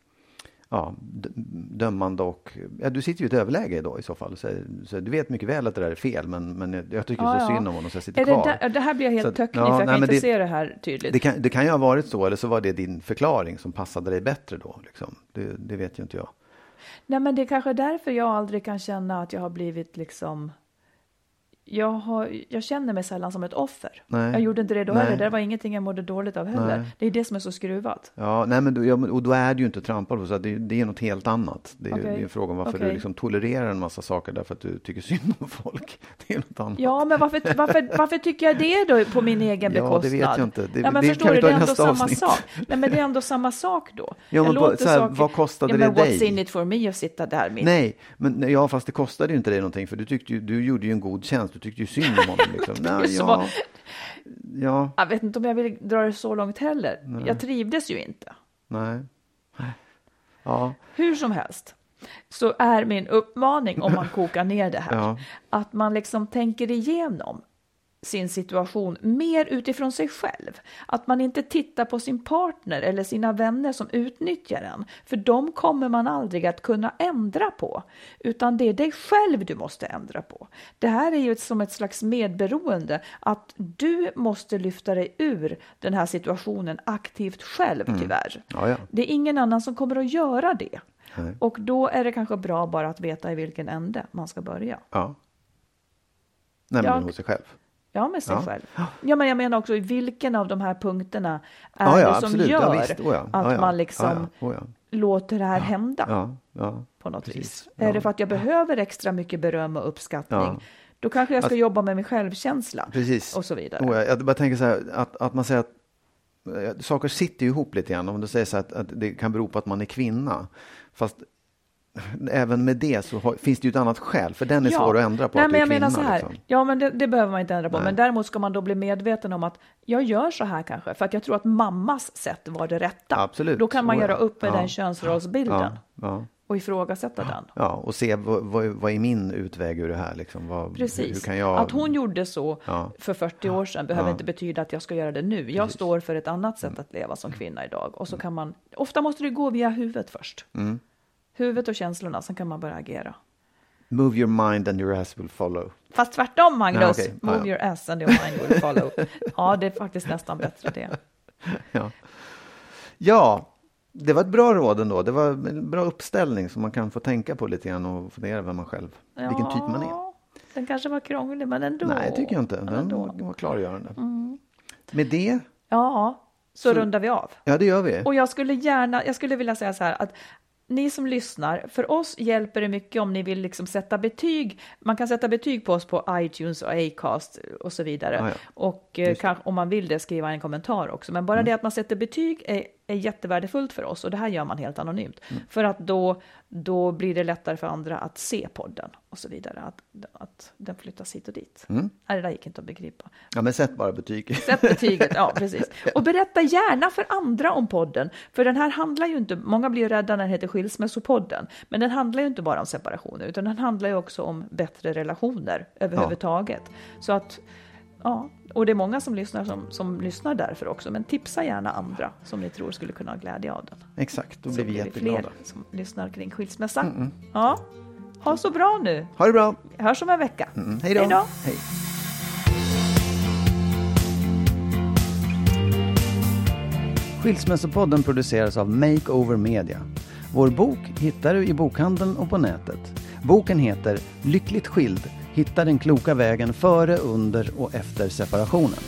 dömande och du sitter ju i ett överläge då i så fall. Så du vet mycket väl att det där är fel, men jag tycker så synd om honom så jag sitter kvar. Det här blir jag helt töcknig för jag kan inte se det här tydligt. Det kan ju ha varit så, eller så var det din förklaring som passade dig bättre då. Liksom. Det vet ju inte jag. Nej, men det är kanske därför jag aldrig kan känna att jag har blivit liksom... Jag känner mig sällan som ett offer. Nej. Jag gjorde inte det då heller. Det var ingenting jag mådde dåligt av heller. Nej. Det är det som är så skruvat. Ja, nej, men och då är det ju inte trampad på, så det är något helt annat. Det är en fråga om varför du liksom tolererar en massa saker därför att du tycker synd om folk. Det är något annat. Ja, men varför tycker jag det då på min egen bekostnad? Ja, det vet jag inte. Men förstår du, det är ändå samma sak. Nej, men det är ändå samma sak då. Ja, men vad kostade det dig? What's in it for me att sitta där mitt? Nej, men fast det kostade ju inte dig någonting, för du gjorde ju en god tjänst. Du tyckte ju synd om honom liksom. Ja. Jag vet inte om jag vill dra det så långt heller. Nej. Jag trivdes ju inte. Nej. Ja. Hur som helst så är min uppmaning, om man kokar ner det här, att man liksom tänker igenom sin situation mer utifrån sig själv. Att man inte tittar på sin partner eller sina vänner som utnyttjar en. För de kommer man aldrig att kunna ändra på. Utan det är dig själv du måste ändra på. Det här är ju som ett slags medberoende. Att du måste lyfta dig ur den här situationen aktivt själv tyvärr. Ja. Det är ingen annan som kommer att göra det. Nej. Och då är det kanske bra bara att veta i vilken ände man ska börja. Ja. Nämligen hos sig själv. Ja, med sig själv. Ja, men jag menar också i vilken av de här punkterna är det som absolut. gör att man liksom låter det här hända på något vis. Är det för att jag behöver extra mycket beröm och uppskattning? Då kanske jag ska jobba med min självkänsla. Precis. Och så vidare. Jag bara tänker så här, att man säger att saker sitter ihop lite grann. Om du säger så att det kan bero på att man är kvinna. Fast även med det så finns det ju ett annat skäl, för den är svår att ändra på. Nej, att men jag kvinna, menar så här, liksom. ja, men det behöver man inte ändra på. Nej. Men däremot ska man då bli medveten om att jag gör så här kanske, för att jag tror att mammas sätt var det rätta. Absolut. Då kan man göra upp med den könsrollsbilden. Ja. Och ifrågasätta den. Ja, och se vad är min utväg ur det här. Liksom. Precis. Hur kan jag... Att hon gjorde så för 40 år sedan behöver inte betyda att jag ska göra det nu. Jag står för ett annat sätt att leva som kvinna idag. Och så kan man, ofta måste det gå via huvudet först. Huvudet och känslorna, sen kan man börja agera. Move your mind and your ass will follow. Fast tvärtom, Magnus. Move your ass and your mind will follow. Ja, det är faktiskt nästan bättre det. Ja, det var ett bra råd ändå. Det var en bra uppställning som man kan få tänka på lite grann och fundera vem man själv, vilken typ man är. Den kanske var krånglig, men ändå. Nej, tycker jag inte. Den var klargörande. Med det... Så rundar vi av. Ja, det gör vi. Och jag skulle vilja säga så här att ni som lyssnar, för oss hjälper det mycket om ni vill liksom sätta betyg. Man kan sätta betyg på oss på iTunes och Acast och så vidare. Och kanske, om man vill det, skriva en kommentar också. Men bara det att man sätter betyg är är jättevärdefullt för oss, och det här gör man helt anonymt. För att då blir det lättare för andra att se podden och så vidare, att den flyttas hit och dit. Nej, det där gick inte att begripa. Ja, men sätt bara betyg. Sätt betyget, ja precis. Och berätta gärna för andra om podden, för den här handlar ju inte, många blir rädda när den heter Skilsmässopodden, men den handlar ju inte bara om separationer, utan den handlar ju också om bättre relationer överhuvudtaget. Så att, ja, och det är många som lyssnar därför också, men tipsa gärna andra som ni tror skulle kunna ha glädje av den. Exakt, då blir vi jätteglada. Fler som lyssnar kring skilsmässa. Ja, ha så bra nu. Ha det bra. Hörs om en vecka. Hej då. Hej. Skilsmässopodden produceras av Makeover Media. Vår bok hittar du i bokhandeln och på nätet. Boken heter Lyckligt skild. Hitta den kloka vägen före, under och efter separationen.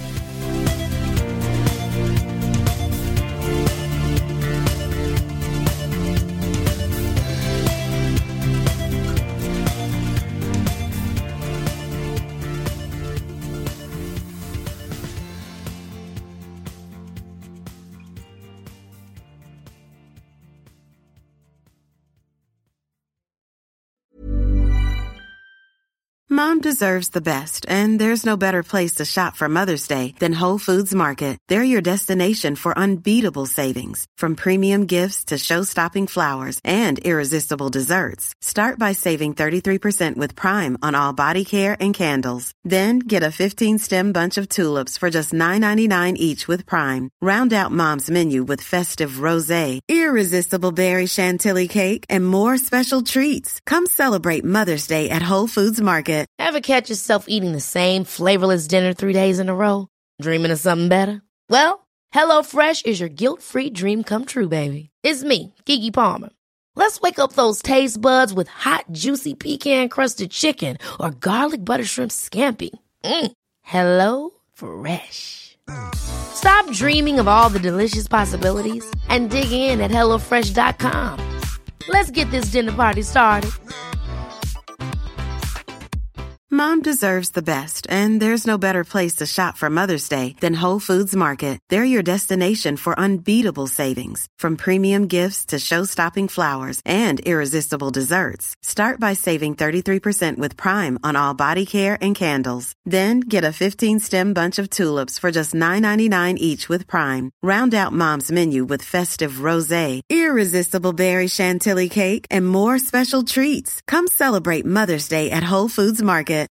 Mom deserves the best, and there's no better place to shop for Mother's Day than Whole Foods Market. They're your destination for unbeatable savings, from premium gifts to show-stopping flowers and irresistible desserts. Start by saving 33% with Prime on all body care and candles. Then get a 15-stem bunch of tulips for just $9.99 each with Prime. Round out Mom's menu with festive rosé, irresistible berry chantilly cake, and more special treats. Come celebrate Mother's Day at Whole Foods Market. Ever catch yourself eating the same flavorless dinner 3 days in a row? Dreaming of something better? Well, HelloFresh is your guilt-free dream come true, baby. It's me, Keke Palmer. Let's wake up those taste buds with hot, juicy pecan-crusted chicken or garlic butter shrimp scampi. Hello Fresh. Stop dreaming of all the delicious possibilities and dig in at HelloFresh.com. Let's get this dinner party started. Mom deserves the best, and there's no better place to shop for Mother's Day than Whole Foods Market. They're your destination for unbeatable savings, from premium gifts to show-stopping flowers and irresistible desserts. Start by saving 33% with Prime on all body care and candles. Then get a 15-stem bunch of tulips for just $9.99 each with Prime. Round out Mom's menu with festive rosé, irresistible berry chantilly cake, and more special treats. Come celebrate Mother's Day at Whole Foods Market.